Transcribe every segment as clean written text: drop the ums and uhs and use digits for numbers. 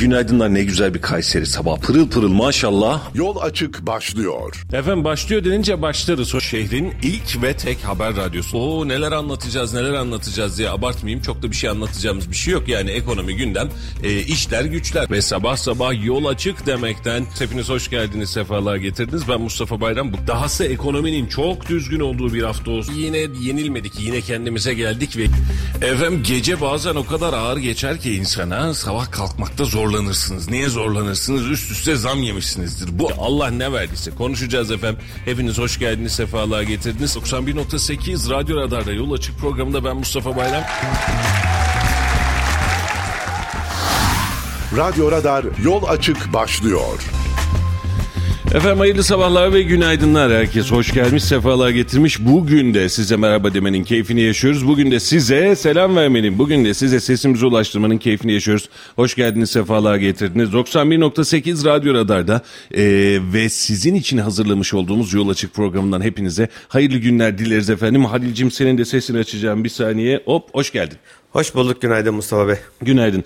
Günaydınlar, ne güzel bir Kayseri sabah, pırıl pırıl maşallah. Yol Açık başlıyor. Efendim başlıyor denince başlarız. O şehrin ilk ve tek haber radyosu. Oo, neler anlatacağız diye abartmayayım. Çok da bir şey anlatacağımız bir şey yok. Yani ekonomi, gündem, işler güçler. Ve sabah sabah yol açık demekten hepiniz hoş geldiniz, sefalar getirdiniz. Ben Mustafa Bayram. Dahası ekonominin çok düzgün olduğu bir hafta olsun. Yine yenilmedik, yine kendimize geldik ve efendim gece bazen o kadar ağır geçer ki insana, sabah kalkmakta zorlanırsınız. Niye zorlanırsınız? Üst üste zam yemişsinizdir. Bu Allah ne verdiyse konuşacağız efendim. Hepiniz hoş geldiniz, sefalar getirdiniz. 91.8 Radyo Radar'da Yol Açık programında ben Mustafa Bayram. Radyo Radar Yol Açık başlıyor. Efendim hayırlı sabahlar ve günaydınlar. Herkes hoş gelmiş, sefalar getirmiş. Bugün de size merhaba demenin keyfini yaşıyoruz. Bugün de size selam vermenin, bugün de size sesimizi ulaştırmanın keyfini yaşıyoruz. Hoş geldiniz, sefalar getirdiniz. 91.8 Radyo Radar'da ve sizin için hazırlamış olduğumuz Yol Açık programından hepinize hayırlı günler dileriz efendim. Halil'cim, senin de sesini açacağım bir saniye. Hop, hoş geldin. Hoş bulduk, günaydın Mustafa Bey. Günaydın.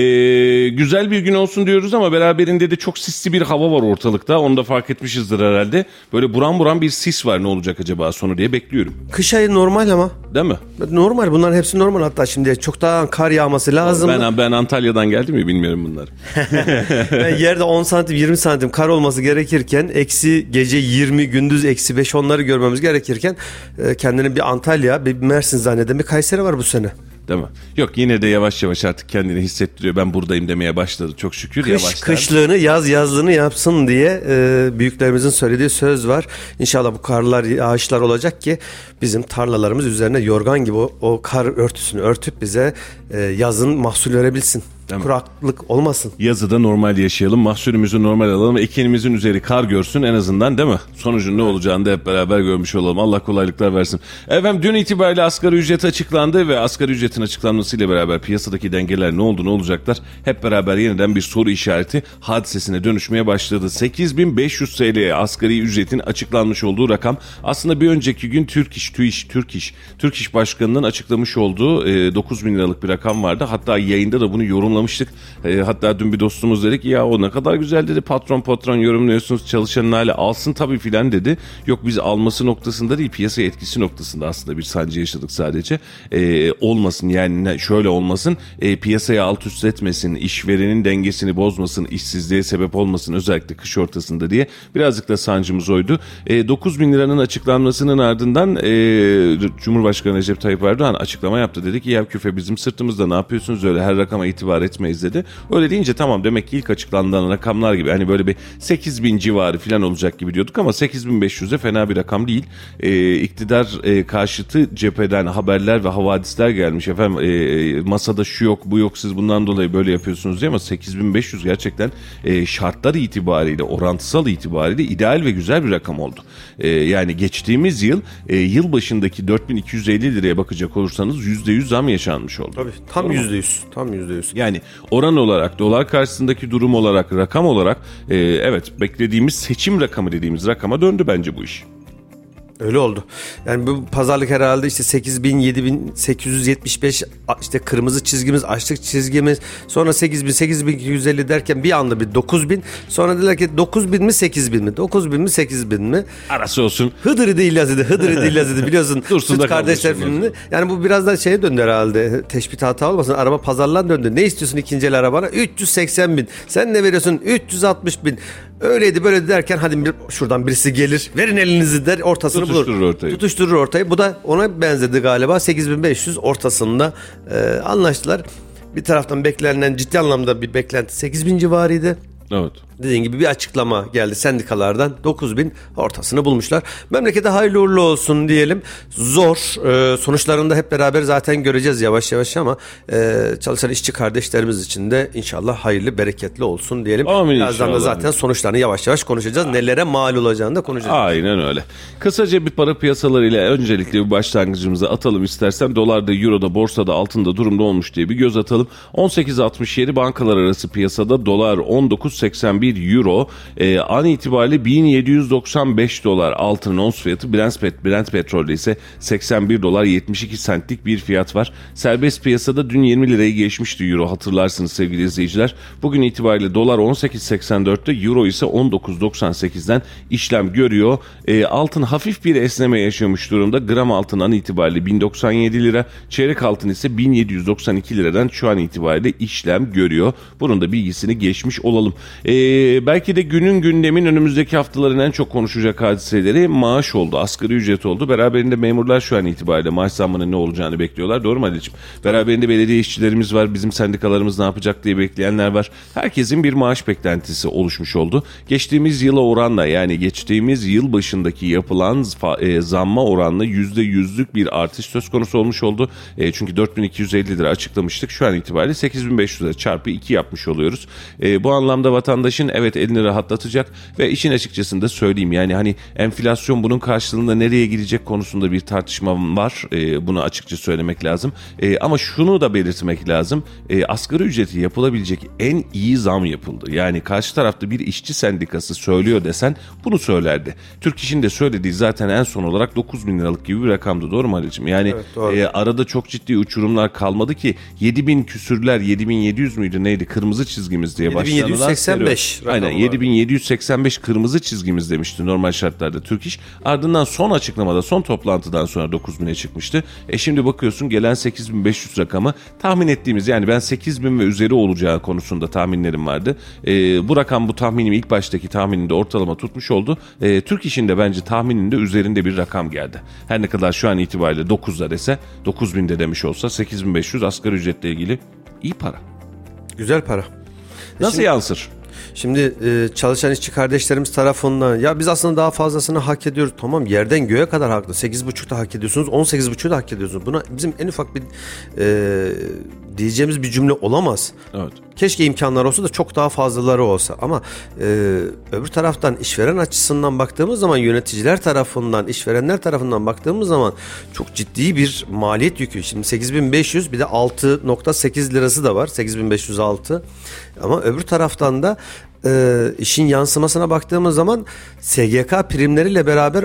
Güzel bir gün olsun diyoruz ama beraberinde de çok sisli bir hava var ortalıkta. Onu da fark etmişizdir herhalde. Böyle buram buram bir sis var, ne olacak acaba sonu diye bekliyorum. Kış ayı normal ama. Değil mi? Normal, bunların hepsi normal, hatta şimdi çok daha kar yağması lazım. Ben Antalya'dan geldim mi bilmiyorum bunları. Yani yerde 10 santim 20 santim kar olması gerekirken eksi gece 20 gündüz eksi 5 onları görmemiz gerekirken kendini bir Antalya bir Mersin zanneden bir Kayseri var bu sene. Değil mi? Yok, yine de yavaş yavaş artık kendini hissettiriyor. Ben buradayım demeye başladı çok şükür. Kış kışlığını, yaz yazlığını yapsın diye büyüklerimizin söylediği söz var. İnşallah bu karlar, yağışlar olacak ki bizim tarlalarımız üzerine yorgan gibi o kar örtüsünü örtüp bize yazın mahsul verebilsin. Kuraklık olmasın. Yazı da normal yaşayalım, mahsulümüzü normal alalım, ekinimizin üzeri kar görsün en azından, değil mi? Sonucun ne olacağını da hep beraber görmüş olalım. Allah kolaylıklar versin. Efendim dün itibariyle asgari ücret açıklandı ve asgari ücretin açıklanmasıyla beraber piyasadaki dengeler ne oldu, ne olacaklar? Hep beraber yeniden bir soru işareti hadisesine dönüşmeye başladı. 8.500 TL asgari ücretin açıklanmış olduğu rakam aslında bir önceki gün Türk İş Başkanı'nın açıklamış olduğu 9.000 liralık bir rakam vardı. Hatta yayında da bunu yorumlamıştık. Hatta dün bir dostumuz dedik ya o ne kadar güzel dedi, patron yorumluyorsunuz, çalışanın hali alsın tabii filan dedi. Yok, biz alması noktasında değil, piyasaya etkisi noktasında aslında bir sancı yaşadık sadece. Olmasın yani, şöyle olmasın, piyasaya alt üst etmesin, işverenin dengesini bozmasın, işsizliğe sebep olmasın özellikle kış ortasında diye birazcık da sancımız oydu. 9.000 liranın açıklanmasının ardından Cumhurbaşkanı Recep Tayyip Erdoğan açıklama yaptı. Dedi ki ya küfe bizim sırtımızda, ne yapıyorsunuz öyle, her rakama itibar etmeyiz dedi. Öyle deyince tamam, demek ki ilk açıklanan rakamlar gibi hani böyle bir 8.000 civarı falan olacak gibi diyorduk ama 8.500'e fena bir rakam değil. İktidar karşıtı cepheden haberler ve havadisler gelmiş efendim, masada şu yok bu yok, siz bundan dolayı böyle yapıyorsunuz diye, ama 8.500 gerçekten şartlar itibariyle, orantısal itibariyle ideal ve güzel bir rakam oldu. Yani geçtiğimiz yıl yılbaşındaki 4.250 liraya bakacak olursanız %100 zam yaşanmış oldu. Tabii, tam %100. Yani oran olarak, dolar karşısındaki durum olarak, rakam olarak evet, beklediğimiz seçim rakamı dediğimiz rakama döndü bence bu iş. Öyle oldu. Yani bu pazarlık herhalde işte 8.000, 7.875 işte kırmızı çizgimiz, açlık çizgimiz, sonra 8.250 derken bir anda bir 9.000, sonra dediler ki 9.000 mi 8.000 mi? 9.000 mi 8.000 mi? Arası olsun. Hıdırı değil Yazıdı biliyorsun. Süt Kardeşler filmini. Yani bu biraz da şeye döndü herhalde. Teşbih hata olmasın. Araba pazarlan döndü. Ne istiyorsun ikinci el arabana? 380.000. Sen ne veriyorsun? 360.000. Öyleydi böyle derken hadi şuradan birisi gelir, verin elinizi der, ortasını tutuşturur ortayı. Bu da ona benzedi galiba. 8.500 ortasında anlaştılar. Bir taraftan beklenen ciddi anlamda bir beklenti 8.000 civarıydı. Evet. Dediğin gibi bir açıklama geldi sendikalardan, 9.000 ortasını bulmuşlar. Memlekete hayırlı uğurlu olsun diyelim. Zor, sonuçlarını da hep beraber zaten göreceğiz yavaş yavaş ama çalışan işçi kardeşlerimiz için de inşallah hayırlı, bereketli olsun diyelim. Amin. Birazdan da zaten sonuçlarını yavaş yavaş konuşacağız. Nelere mal olacağını da konuşacağız. Aynen öyle. Kısaca bir para piyasalarıyla öncelikle bir başlangıcımızı atalım istersen. Dolarda, euroda, borsada, altında durumda olmuş diye bir göz atalım. 18.67 bankalar arası piyasada dolar 19.81 81 euro. An itibariyle 1795 dolar altının ons fiyatı. Brent petrolde ise 81 dolar 72 centlik bir fiyat var. Serbest piyasada dün 20 lirayı geçmişti euro, hatırlarsınız sevgili izleyiciler. Bugün itibariyle dolar 18.84'te, euro ise 19.98'den işlem görüyor. Altın hafif bir esneme yaşamış durumda. Gram altın an itibariyle 1097 lira, çeyrek altın ise 1792 liradan şu an itibariyle işlem görüyor. Bunun da bilgisini geçmiş olalım. Belki de günün gündemin önümüzdeki haftaların en çok konuşacak hadiseleri maaş oldu, asgari ücret oldu. Beraberinde memurlar şu an itibariyle maaş zammının ne olacağını bekliyorlar. Doğru mu Ali'ciğim? Beraberinde belediye işçilerimiz var, bizim sendikalarımız ne yapacak diye bekleyenler var. Herkesin bir maaş beklentisi oluşmuş oldu. Geçtiğimiz yıla oranla, yani geçtiğimiz yıl başındaki yapılan zamma oranla %100'lük bir artış söz konusu olmuş oldu. Çünkü 4250 lira açıklamıştık. Şu an itibariyle 8500 lira çarpı 2 yapmış oluyoruz. Bu anlamda vatandaşın evet elini rahatlatacak ve işin açıkçasını da söyleyeyim. Yani hani enflasyon bunun karşılığında nereye gidecek konusunda bir tartışma var. Bunu açıkça söylemek lazım. Ama şunu da belirtmek lazım. Asgari ücreti yapılabilecek en iyi zam yapıldı. Yani karşı tarafta bir işçi sendikası söylüyor desen bunu söylerdi. Türk İş'in de söylediği zaten en son olarak 9.000 liralık gibi bir rakamdı. Doğru mu Ali'ciğim? Yani evet, arada çok ciddi uçurumlar kalmadı ki 7.000 küsürler, 7.700 müydü neydi? Kırmızı çizgimiz diye başlanılan. 7.785. Aynen 7.785 kırmızı çizgimiz demişti normal şartlarda Türk İş. Ardından son açıklamada, son toplantıdan sonra 9.000'e çıkmıştı. Şimdi bakıyorsun gelen 8.500 rakamı tahmin ettiğimiz, yani ben 8.000 ve üzeri olacağı konusunda tahminlerim vardı. Bu rakam, bu tahminim ilk baştaki tahmininde ortalama tutmuş oldu. Türk İş'in de bence tahmininde üzerinde bir rakam geldi. Her ne kadar şu an itibariyle 9'da dese, 9.000'de demiş olsa 8.500 asgari ücretle ilgili iyi para. Güzel para. Nasıl yansır? Şimdi çalışan işçi kardeşlerimiz tarafından ya biz aslında daha fazlasını hak ediyoruz. Tamam, yerden göğe kadar haklı. 8,5'da hak ediyorsunuz, 18,5'da hak ediyorsunuz. Buna bizim en ufak bir diyeceğimiz bir cümle olamaz. Evet. Keşke imkanlar olsa da çok daha fazlaları olsa. Ama öbür taraftan işveren açısından baktığımız zaman, yöneticiler tarafından, işverenler tarafından baktığımız zaman çok ciddi bir maliyet yükü. Şimdi 8.500, bir de 6.8 lirası da var. 8.506. Ama öbür taraftan da işin yansımasına baktığımız zaman SGK primleriyle beraber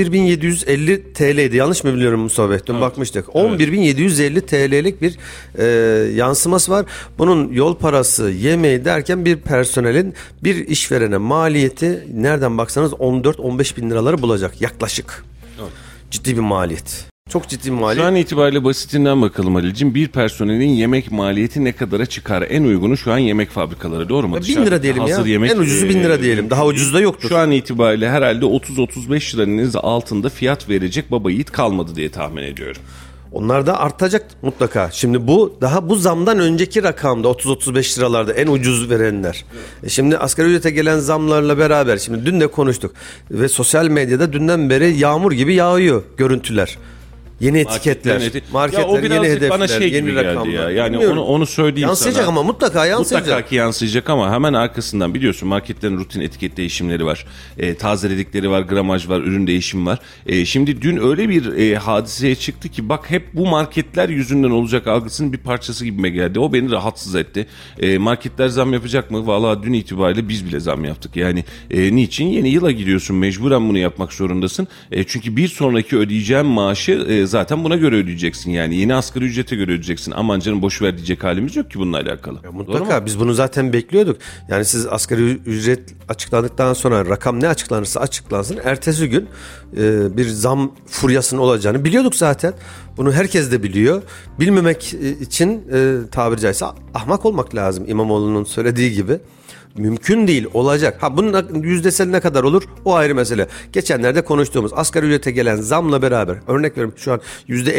11.750 TL'ydi. Yanlış mı biliyorum Mustafa Bey? Dün evet, bakmıştık. 11.750 TL'lik bir yansıması var. Bunun yol parası, yemeği derken bir personelin bir işverene maliyeti nereden baksanız 14-15 bin liraları bulacak yaklaşık. Evet. Ciddi bir maliyet. Çok ciddi maliyet. Şu an itibariyle basitinden bakalım Halil'ciğim. Bir personelin yemek maliyeti ne kadara çıkar? En uygunu şu an yemek fabrikaları, doğru mu? 1000 lira diyelim ya. Yemek, en ucuzu 1000 lira diyelim. Daha ucuzu da yoktur. Şu an itibariyle herhalde 30-35 liranın altında fiyat verecek baba yiğit kalmadı diye tahmin ediyorum. Onlar da artacak mutlaka. Şimdi bu daha bu zamdan önceki rakamda 30-35 liralarda en ucuz verenler. Şimdi asgari ücrete gelen zamlarla beraber, şimdi dün de konuştuk ve sosyal medyada dünden beri yağmur gibi yağıyor görüntüler. Yeni etiketler, marketler, yeni hedefler, bana şey yeni rakamlar. Ya. Yani onu söyleyeyim yansıyacak sana. Ama mutlaka yansıyacak. Mutlaka ki yansıyacak ama hemen arkasından biliyorsun marketlerin rutin etiket değişimleri var. Tazeledikleri var, gramaj var, ürün değişimi var. Şimdi dün öyle bir hadiseye çıktı ki bak hep bu marketler yüzünden olacak algısının bir parçası gibime geldi. O beni rahatsız etti. Marketler zam yapacak mı? Vallahi dün itibariyle biz bile zam yaptık. Yani niçin? Yeni yıla giriyorsun, mecburen bunu yapmak zorundasın. Çünkü bir sonraki ödeyeceğin maaşı zaten buna göre ödeyeceksin, yani yeni asgari ücrete göre ödeyeceksin. Aman canım boşver diyecek halimiz yok ki bununla alakalı. Ya mutlaka biz bunu zaten bekliyorduk. Yani siz asgari ücret açıklandıktan sonra rakam ne açıklanırsa açıklansın, ertesi gün bir zam furyasının olacağını biliyorduk zaten. Bunu herkes de biliyor. Bilmemek için tabiri caizse ahmak olmak lazım, İmamoğlu'nun söylediği gibi. Mümkün değil, olacak. Bunun yüzdesel ne kadar olur? O ayrı mesele. Geçenlerde konuştuğumuz asgari ücrete gelen zamla beraber, örnek veriyorum, şu an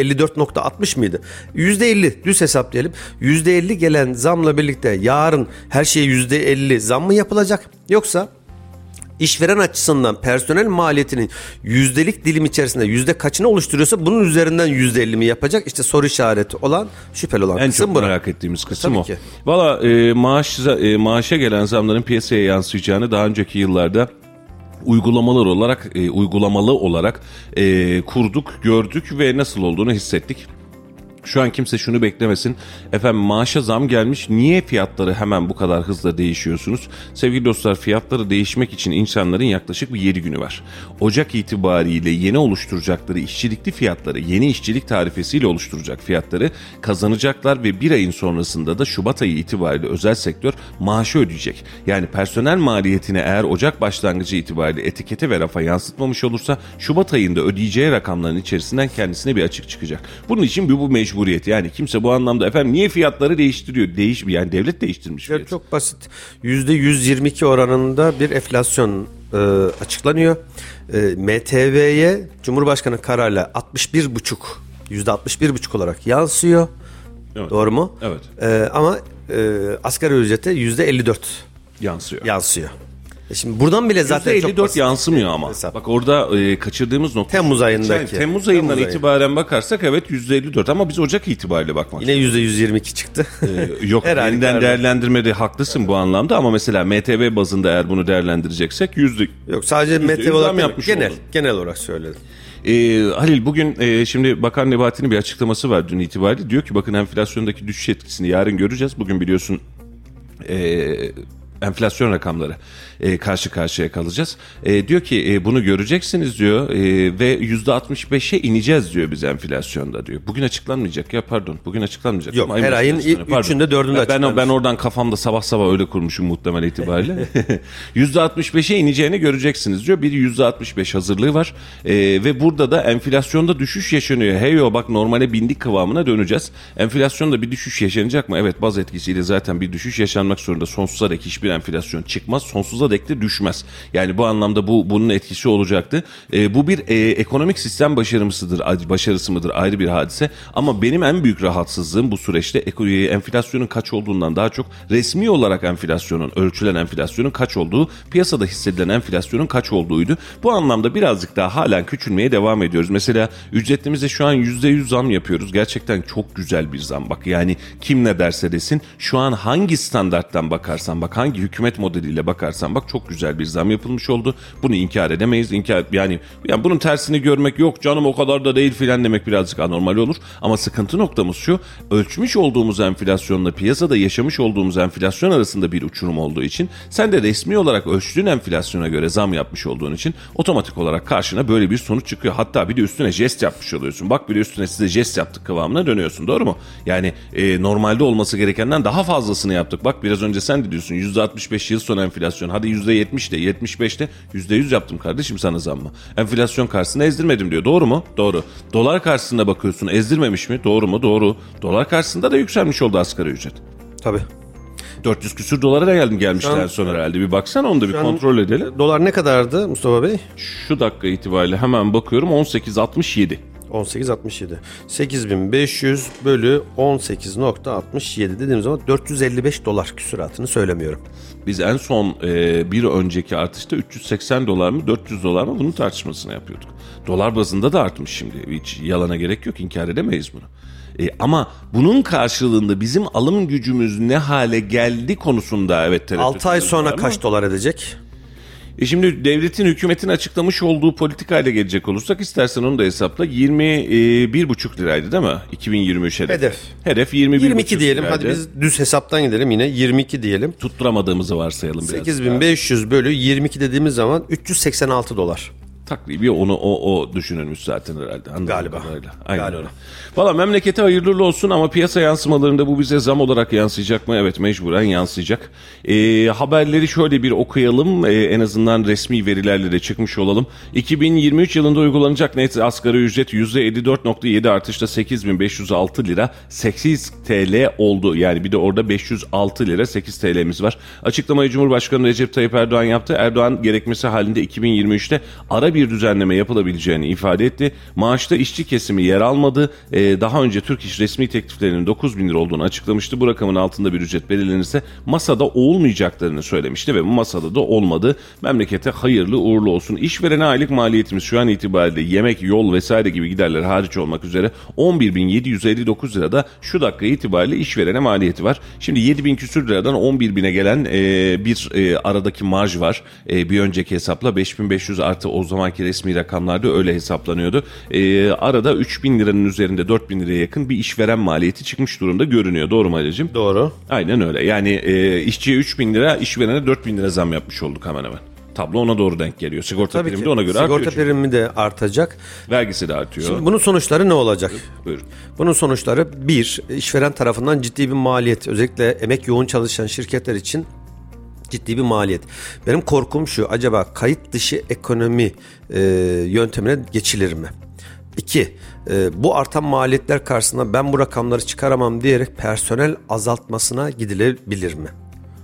%54.60 mıydı? %50 düz hesaplayalım. %50 gelen zamla birlikte yarın her şeye %50 zam mı yapılacak? Yoksa İşveren açısından personel maliyetinin yüzdelik dilim içerisinde yüzde kaçını oluşturuyorsa bunun üzerinden %50 mi yapacak? İşte soru işareti olan, şüpheli olan en kısım çok merak ettiğimiz kısım o. Ki. Valla maaşa gelen zamların piyasaya yansıyacağını daha önceki yıllarda uygulamalı olarak kurduk, gördük ve nasıl olduğunu hissettik. Şu an kimse şunu beklemesin. Efendim maaşa zam gelmiş. Niye fiyatları hemen bu kadar hızla değişiyorsunuz? Sevgili dostlar, fiyatları değişmek için insanların yaklaşık bir 7 günü var. Ocak itibariyle yeni oluşturacakları işçilikli fiyatları, yeni işçilik tarifesiyle oluşturacak fiyatları kazanacaklar ve bir ayın sonrasında da Şubat ayı itibariyle özel sektör maaşı ödeyecek. Yani personel maliyetini eğer Ocak başlangıcı itibariyle etikete ve rafa yansıtmamış olursa Şubat ayında ödeyeceği rakamların içerisinden kendisine bir açık çıkacak. Bunun için bu mecburiyet. Yani kimse bu anlamda efendim niye fiyatları değiştiriyor? Yani devlet değiştirmiş fiyatı. Çok basit. %122 oranında bir enflasyon açıklanıyor. MTV'ye Cumhurbaşkanı kararıyla %61,5 olarak yansıyor. Evet. Doğru mu? Evet. Ama asgari ücrete %54 yansıyor. Şimdi buradan bile zaten çok %54 yansımıyor ama. Hesap. Bak orada kaçırdığımız nokta. Temmuz ayındaki. Temmuz ayından itibaren bakarsak evet %54 ama biz Ocak itibariyle bakmak. Yine %122 çıktı. Yok, yeniden değerlendirmede haklısın bu anlamda ama mesela MTV bazında eğer bunu değerlendireceksek Yok, sadece MTV olarak yapmış genel olarak söyledim. Halil, bugün şimdi Bakan Nebati'nin bir açıklaması var dün itibariyle. Diyor ki bakın enflasyondaki düşüş etkisini yarın göreceğiz. Bugün biliyorsun enflasyon rakamları karşı karşıya kalacağız. Diyor ki bunu göreceksiniz diyor ve %65'e ineceğiz diyor biz enflasyonda diyor. Bugün açıklanmayacak ya pardon. Bugün açıklanmayacak. Yok, her ayın 3'ünde 4'ünde açıklanacak. Ben oradan kafamda sabah öyle kurmuşum muhtemel itibariyle. %65'e ineceğini göreceksiniz diyor. Bir %65 hazırlığı var ve burada da enflasyonda düşüş yaşanıyor. Heyo bak normale bindik kıvamına döneceğiz. Enflasyonda bir düşüş yaşanacak mı? Evet, baz etkisiyle zaten bir düşüş yaşanmak zorunda. Sonsuza dek hiçbir enflasyon çıkmaz. Sonsuza dek de düşmez. Yani bu anlamda bunun etkisi olacaktı. Bu bir ekonomik sistem başarısı mıdır ayrı bir hadise. Ama benim en büyük rahatsızlığım bu süreçte enflasyonun kaç olduğundan daha çok resmi olarak ölçülen enflasyonun kaç olduğu, piyasada hissedilen enflasyonun kaç olduğuydu. Bu anlamda birazcık daha halen küçülmeye devam ediyoruz. Mesela ücretimize şu an %100 zam yapıyoruz. Gerçekten çok güzel bir zam. Bak yani kim ne derse desin şu an hangi standarttan bakarsan bak, hangi hükümet modeliyle bakarsan bak çok güzel bir zam yapılmış oldu. Bunu inkar edemeyiz. Yani bunun tersini görmek yok canım o kadar da değil filan demek birazcık anormal olur. Ama sıkıntı noktamız şu: ölçmüş olduğumuz enflasyonla piyasada yaşamış olduğumuz enflasyon arasında bir uçurum olduğu için sen de resmi olarak ölçtüğün enflasyona göre zam yapmış olduğun için otomatik olarak karşına böyle bir sonuç çıkıyor. Hatta bir de üstüne jest yapmış oluyorsun. Bak bir de üstüne size jest yaptık kıvamına dönüyorsun. Doğru mu? Yani normalde olması gerekenden daha fazlasını yaptık. Bak biraz önce sen de diyorsun %65 yıl sonu enflasyon. Hadi %70 de 75'te %100 yaptım kardeşim sana zammı. Enflasyon karşısında ezdirmedim diyor. Doğru mu? Doğru. Dolar karşısında bakıyorsun, ezdirmemiş mi? Doğru mu? Doğru. Dolar karşısında da yükselmiş oldu asgari ücret. Tabii. 400 küsür dolara da gelmişler en son herhalde. Bir baksana, onu da bir kontrol edelim. Dolar ne kadardı Mustafa Bey? Şu dakika itibariyle hemen bakıyorum, 18.67. 18.67. 8.500 bölü 18.67 dediğim zaman 455 dolar küsuratını söylemiyorum. Biz en son bir önceki artışta 380 dolar mı 400 dolar mı bunun tartışmasını yapıyorduk. Dolar bazında da artmış şimdi. Hiç yalana gerek yok, inkar edemeyiz bunu. Ama bunun karşılığında bizim alım gücümüz ne hale geldi konusunda evet. 6 ay sonra kaç dolar edecek? Şimdi devletin, hükümetin açıklamış olduğu politikayla gelecek olursak istersen onu da hesapla. 21,5 liraydı değil mi? 2023 hedef. Hedef 22 diyelim. Liraydı. Hadi biz düz hesaptan gidelim yine. 22 diyelim. Tutturamadığımızı varsayalım biraz. 8.500 bölü 22 dediğimiz zaman 386 dolar. Takribi onu o düşünülmüş zaten herhalde. Galiba. Aynen öyle. Valla memlekete hayırlı olsun ama piyasa yansımalarında bu bize zam olarak yansıyacak mı? Evet, mecburen yansıyacak. Haberleri şöyle bir okuyalım. En azından resmi verilerle de çıkmış olalım. 2023 yılında uygulanacak net asgari ücret %54.7 artışla 8.506 lira 8 TL oldu. Yani bir de orada 506 lira 8 TL'miz var. Açıklamayı Cumhurbaşkanı Recep Tayyip Erdoğan yaptı. Erdoğan gerekmesi halinde 2023'te ara bir düzenleme yapılabileceğini ifade etti. Maaşta işçi kesimi yer almadı. Daha önce Türk İş resmi tekliflerinin 9.000 lira olduğunu açıklamıştı. Bu rakamın altında bir ücret belirlenirse masada olmayacaklarını söylemişti ve bu masada da olmadı. Memlekete hayırlı uğurlu olsun. İşverene aylık maliyetimiz şu an itibariyle yemek, yol vesaire gibi giderler hariç olmak üzere 11.759 lirada şu dakika itibariyle işverene maliyeti var. Şimdi 7.000 küsür liradan 11.000'e gelen bir aradaki marj var. Bir önceki hesapla 5.500 artı o zaman zamanki resmi rakamlarda öyle hesaplanıyordu. Arada 3.000 liranın üzerinde 4.000 liraya yakın bir işveren maliyeti çıkmış durumda görünüyor. Doğru mu Ali'cim? Doğru. Aynen öyle. Yani işçiye 3.000 lira, işverene 4.000 lira zam yapmış olduk hemen hemen. Tablo ona doğru denk geliyor. Sigorta primi de ona göre artıyor. Sigorta primi de artacak. Vergisi de artıyor. Şimdi bunun sonuçları ne olacak? Buyurun. Bunun sonuçları bir, işveren tarafından ciddi bir maliyet. Özellikle emek yoğun çalışan şirketler için ciddi bir maliyet. Benim korkum şu, acaba kayıt dışı ekonomi yöntemine geçilir mi? 2. Bu artan maliyetler karşısında ben bu rakamları çıkaramam diyerek personel azaltmasına gidilebilir mi?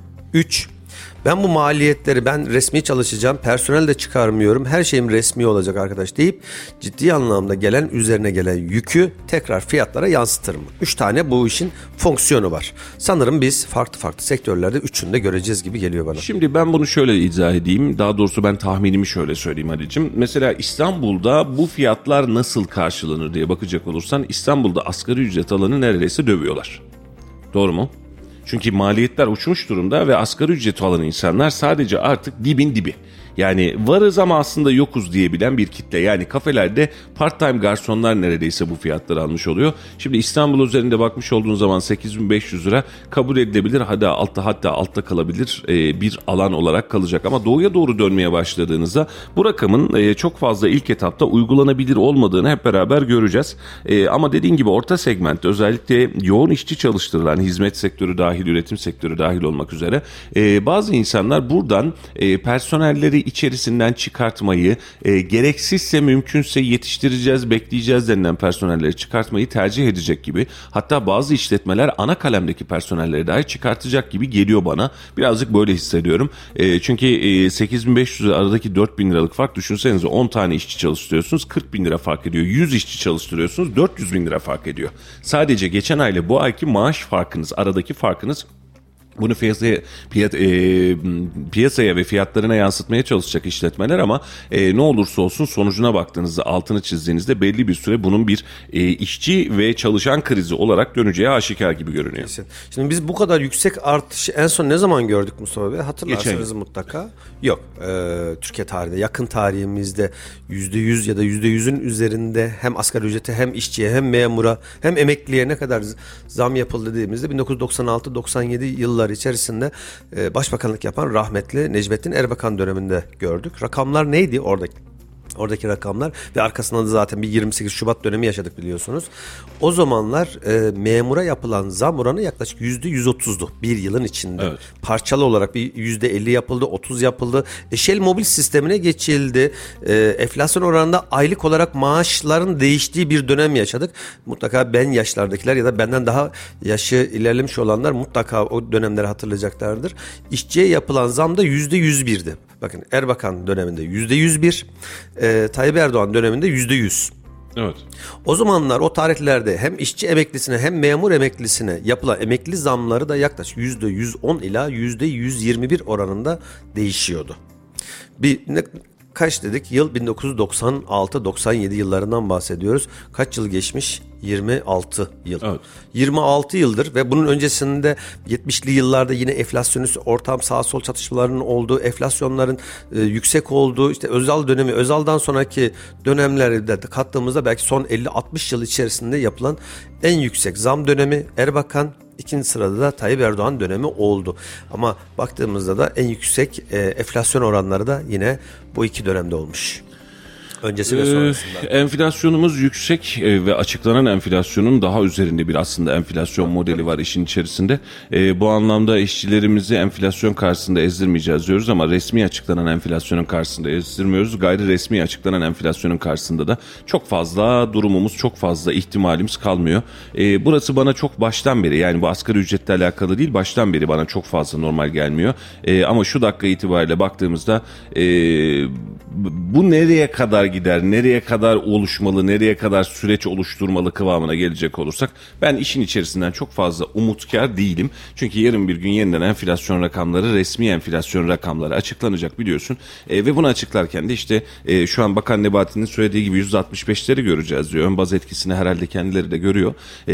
3. Ben bu maliyetleri, ben resmi çalışacağım, personel de çıkarmıyorum, her şeyim resmi olacak arkadaş deyip ciddi anlamda üzerine gelen yükü tekrar fiyatlara yansıtır mı? 3 tane bu işin fonksiyonu var. Sanırım biz farklı sektörlerde üçünü de göreceğiz gibi geliyor bana. Şimdi ben bunu şöyle izah edeyim. Daha doğrusu ben tahminimi şöyle söyleyeyim Ali'cim. Mesela İstanbul'da bu fiyatlar nasıl karşılanır diye bakacak olursan İstanbul'da asgari ücret alanı neredeyse dövüyorlar. Doğru mu? Çünkü maliyetler uçmuş durumda ve asgari ücreti alan insanlar sadece artık dibin dibi. Yani varız ama aslında yokuz diyebilen bir kitle. Yani kafelerde part-time garsonlar neredeyse bu fiyatları almış oluyor. Şimdi İstanbul üzerinde bakmış olduğun zaman 8.500 lira kabul edilebilir. Hatta altta kalabilir bir alan olarak kalacak. Ama doğuya doğru dönmeye başladığınızda bu rakamın çok fazla ilk etapta uygulanabilir olmadığını hep beraber göreceğiz. Ama dediğin gibi orta segment, özellikle yoğun işçi çalıştırılan hizmet sektörü dahil, üretim sektörü dahil olmak üzere bazı insanlar buradan personelleri içerisinden çıkartmayı, gereksizse mümkünse yetiştireceğiz, bekleyeceğiz denilen personelleri çıkartmayı tercih edecek gibi. Hatta bazı işletmeler ana kalemdeki personelleri dahi çıkartacak gibi geliyor bana. Birazcık böyle hissediyorum. Çünkü 8.500 aradaki 4.000 liralık fark, düşünsenize 10 tane işçi çalıştırıyorsunuz, 40.000 lira fark ediyor. 100 işçi çalıştırıyorsunuz, 400.000 lira fark ediyor. Sadece geçen ayla bu ayki maaş farkınız, aradaki farkınız, bunu piyasaya ve fiyatlarına yansıtmaya çalışacak işletmeler ama ne olursa olsun sonucuna baktığınızda, altını çizdiğinizde belli bir süre bunun bir işçi ve çalışan krizi olarak döneceği aşikar gibi görünüyor. Şimdi biz bu kadar yüksek artışı en son ne zaman gördük Mustafa Bey? Hatırlarsanız mutlaka. Yok. Türkiye tarihinde, yakın tarihimizde %100 ya da %100'ün üzerinde hem asgari ücrete hem işçiye hem memura hem emekliye ne kadar zam yapıldı dediğimizde 1996-97 yılları içerisinde başbakanlık yapan rahmetli Necmettin Erbakan döneminde gördük. Rakamlar neydi oradaki rakamlar ve arkasında da zaten bir 28 Şubat dönemi yaşadık biliyorsunuz. O zamanlar memura yapılan zam oranı yaklaşık %130'du bir yılın içinde. Evet. Parçalı olarak bir %50 yapıldı, 30 yapıldı. Shell mobil sistemine geçildi. Enflasyon oranında aylık olarak maaşların değiştiği bir dönem yaşadık. Mutlaka ben yaşlardakiler ya da benden daha yaşı ilerlemiş olanlar mutlaka o dönemleri hatırlayacaklardır. İşçiye yapılan zam da %101'di. Bakın Erbakan döneminde %101, Tayyip Erdoğan döneminde %100. Evet. O zamanlar o tarihlerde hem işçi emeklisine hem memur emeklisine yapılan emekli zamları da yaklaşık %110 ila %121 oranında değişiyordu. Kaç dedik? Yıl 1996-97 yıllarından bahsediyoruz. Kaç yıl geçmiş? 26 yıl. Evet. 26 yıldır ve bunun öncesinde 70'li yıllarda yine enflasyonist ortam, sağ sol çatışmalarının olduğu, enflasyonların yüksek olduğu, işte Özal dönemi, Özal'dan sonraki dönemlerde kattığımızda belki son 50-60 yıl içerisinde yapılan en yüksek zam dönemi Erbakan, ikinci sırada da Tayyip Erdoğan dönemi oldu. Ama baktığımızda da en yüksek enflasyon oranları da yine bu iki dönemde olmuş. Öncesi ve sonrasında. Enflasyonumuz yüksek ve açıklanan enflasyonun daha üzerinde bir aslında enflasyon modeli var işin içerisinde. Bu anlamda işçilerimizi enflasyon karşısında ezdirmeyeceğiz diyoruz ama resmi açıklanan enflasyonun karşısında ezdirmiyoruz. Gayri resmi açıklanan enflasyonun karşısında da çok fazla durumumuz, çok fazla ihtimalimiz kalmıyor. Burası bana çok baştan beri, yani bu asgari ücretle alakalı değil, baştan beri bana çok fazla normal gelmiyor. Ama şu dakika itibariyle baktığımızda bu nereye kadar gider, nereye kadar oluşmalı, nereye kadar süreç oluşturmalı kıvamına gelecek olursak ben işin içerisinden çok fazla umutkar değilim. Çünkü yarın bir gün yeniden enflasyon rakamları, resmi enflasyon rakamları açıklanacak biliyorsun. Ve bunu açıklarken de işte şu an Bakan Nebati'nin söylediği gibi %65'leri göreceğiz diyor. Ön baz etkisini herhalde kendileri de görüyor.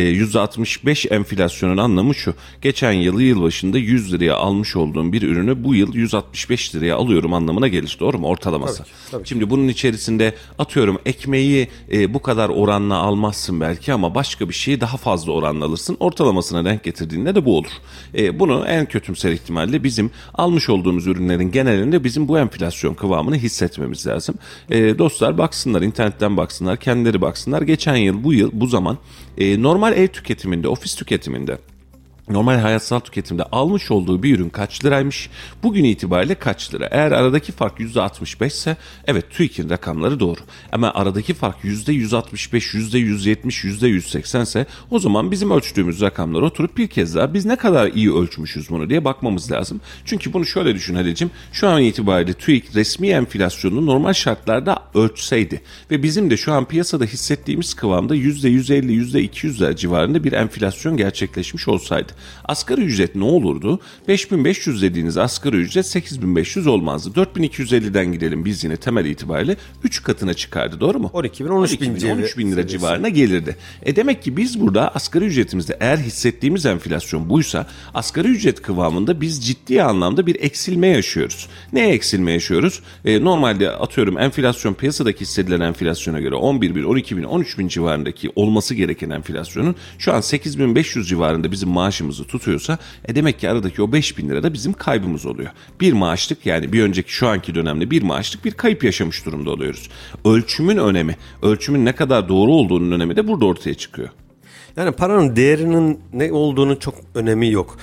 %65 enflasyonun anlamı şu. Geçen yılbaşında 100 liraya almış olduğum bir ürünü bu yıl 165 liraya alıyorum anlamına gelir. Doğru mu? Ortalaması. Tabii. Şimdi bunun içerisinde atıyorum ekmeği bu kadar oranla almazsın belki ama başka bir şeyi daha fazla oranla alırsın. Ortalamasına denk getirdiğinde de bu olur. Bunu en kötümser ihtimalle bizim almış olduğumuz ürünlerin genelinde bizim bu enflasyon kıvamını hissetmemiz lazım. Dostlar baksınlar, internetten baksınlar, kendileri baksınlar. Geçen yıl, bu zaman normal ev tüketiminde, ofis tüketiminde, normal hayatsal tüketimde almış olduğu bir ürün kaç liraymış? Bugün itibariyle kaç lira? Eğer aradaki fark %65 ise evet TÜİK'in rakamları doğru. Ama aradaki fark %165, %170, %180 ise o zaman bizim ölçtüğümüz rakamları oturup bir kez daha biz ne kadar iyi ölçmüşüz bunu diye bakmamız lazım. Çünkü bunu şöyle düşün Halil'cim. Şu an itibariyle TÜİK resmi enflasyonunu normal şartlarda ölçseydi ve bizim de şu an piyasada hissettiğimiz kıvamda %150, %200'ler civarında bir enflasyon gerçekleşmiş olsaydı. Asgari ücret ne olurdu? 5.500 dediğiniz asgari ücret 8.500 olmazdı. 4.250'den gidelim biz yine temel itibariyle 3 katına çıkardı, doğru mu? 12.000 13.000 lira civarına gelirdi. Demek ki biz burada asgari ücretimizde eğer hissettiğimiz enflasyon buysa asgari ücret kıvamında biz ciddi anlamda bir eksilme yaşıyoruz. Neye eksilme yaşıyoruz? Normalde atıyorum enflasyon piyasadaki hissedilen enflasyona göre 11.000, 12.000, 13.000 civarındaki olması gereken enflasyonun şu an 8.500 civarında bizim maaşımızı tutuyorsa demek ki aradaki o 5.000 lira da bizim kaybımız oluyor. Bir maaşlık, yani bir önceki şu anki dönemde bir maaşlık bir kayıp yaşamış durumda oluyoruz. Ölçümün önemi, ölçümün ne kadar doğru olduğunun önemi de burada ortaya çıkıyor. Yani paranın değerinin ne olduğunu çok önemi yok.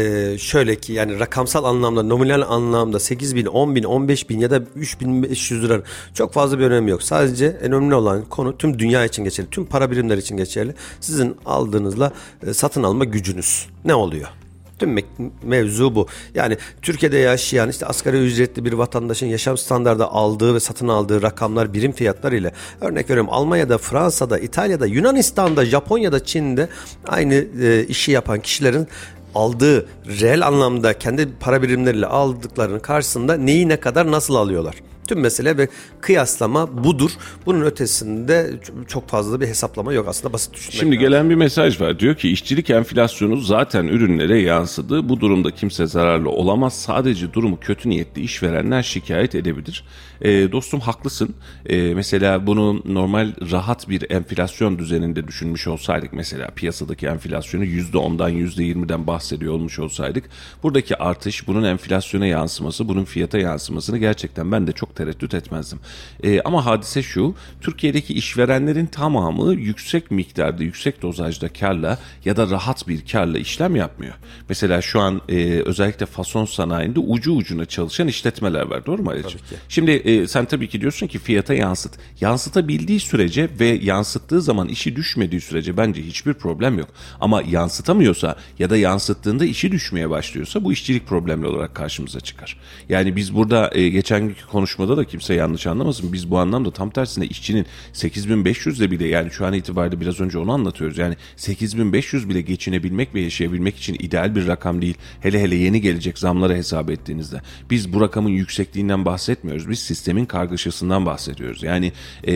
Şöyle ki yani rakamsal anlamda, nominal anlamda 8.000, 10.000, 15.000 ya da 3.500 lira çok fazla bir önemi yok. Sadece en önemli olan konu tüm dünya için geçerli, tüm para birimleri için geçerli. Sizin aldığınızla satın alma gücünüz ne oluyor? Tüm mevzu bu. Yani Türkiye'de yaşayan işte asgari ücretli bir vatandaşın yaşam standardı aldığı ve satın aldığı rakamlar birim fiyatlar ile, örnek veriyorum Almanya'da, Fransa'da, İtalya'da, Yunanistan'da, Japonya'da, Çin'de aynı işi yapan kişilerin aldığı reel anlamda kendi para birimleriyle aldıklarının karşısında neyi ne kadar nasıl alıyorlar? Tüm mesele ve kıyaslama budur. Bunun ötesinde çok fazla bir hesaplama yok. Aslında basit düşünmek Şimdi lazım. gelen bir mesaj var. Diyor ki işçilik enflasyonu zaten ürünlere yansıdı. Bu durumda kimse zararlı olamaz. Sadece durumu kötü niyetli işverenler şikayet edebilir. Dostum haklısın. Mesela bunu normal rahat bir enflasyon düzeninde düşünmüş olsaydık, mesela piyasadaki enflasyonu %10'dan %20'den bahsediyor olmuş olsaydık, buradaki artış, bunun enflasyona yansıması, bunun fiyata yansımasını gerçekten ben de çok tereddüt etmezdim. Ama hadise şu, Türkiye'deki işverenlerin tamamı yüksek miktarda, yüksek dozajda karla ya da rahat bir karla işlem yapmıyor. Mesela şu an özellikle fason sanayinde ucu ucuna çalışan işletmeler var, doğru mu Ali'ciğim? Şimdi sen tabii ki diyorsun ki fiyata yansıt. Yansıtabildiği sürece ve yansıttığı zaman işi düşmediği sürece bence hiçbir problem yok. Ama yansıtamıyorsa ya da yansıttığında işi düşmeye başlıyorsa bu işçilik problemli olarak karşımıza çıkar. Yani biz burada geçen günkü konuşmada da kimse yanlış anlamasın. Biz bu anlamda tam tersine işçinin 8.500'de bile, yani şu an itibariyle biraz önce onu anlatıyoruz. Yani 8.500 bile geçinebilmek ve yaşayabilmek için ideal bir rakam değil. Hele hele yeni gelecek zamlara hesap ettiğinizde. Biz bu rakamın yüksekliğinden bahsetmiyoruz. Biz sistemin kargaşasından bahsediyoruz. Yani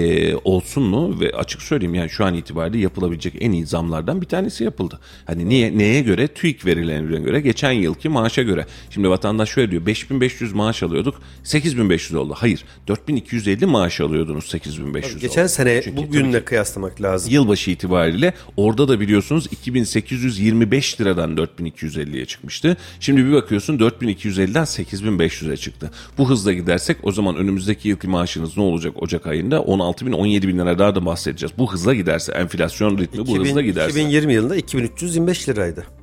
olsun mu, ve açık söyleyeyim yani şu an itibariyle yapılabilecek en iyi zamlardan bir tanesi yapıldı. Hani neye göre? TÜİK verilerine göre, geçen yılki maaşa göre. Şimdi vatandaş şöyle diyor, 5.500 maaş alıyorduk, 8.500 oldu. Hayır, 4.250 maaş alıyordunuz, 8.500 oldu. Geçen sene Çünkü bugünle kıyaslamak lazım. Yılbaşı itibariyle orada da biliyorsunuz 2.825 liradan 4.250'ye çıkmıştı. Şimdi bir bakıyorsun 4.250'den 8.500'e çıktı. Bu hızla gidersek o zaman önümüzdeki yılki maaşınız ne olacak Ocak ayında? 16.000, 17.000 liradan da bahsedeceğiz. Bu hızla giderse, enflasyon ritmi bu hızla giderse. 2020 yılında 2.325 liraydı.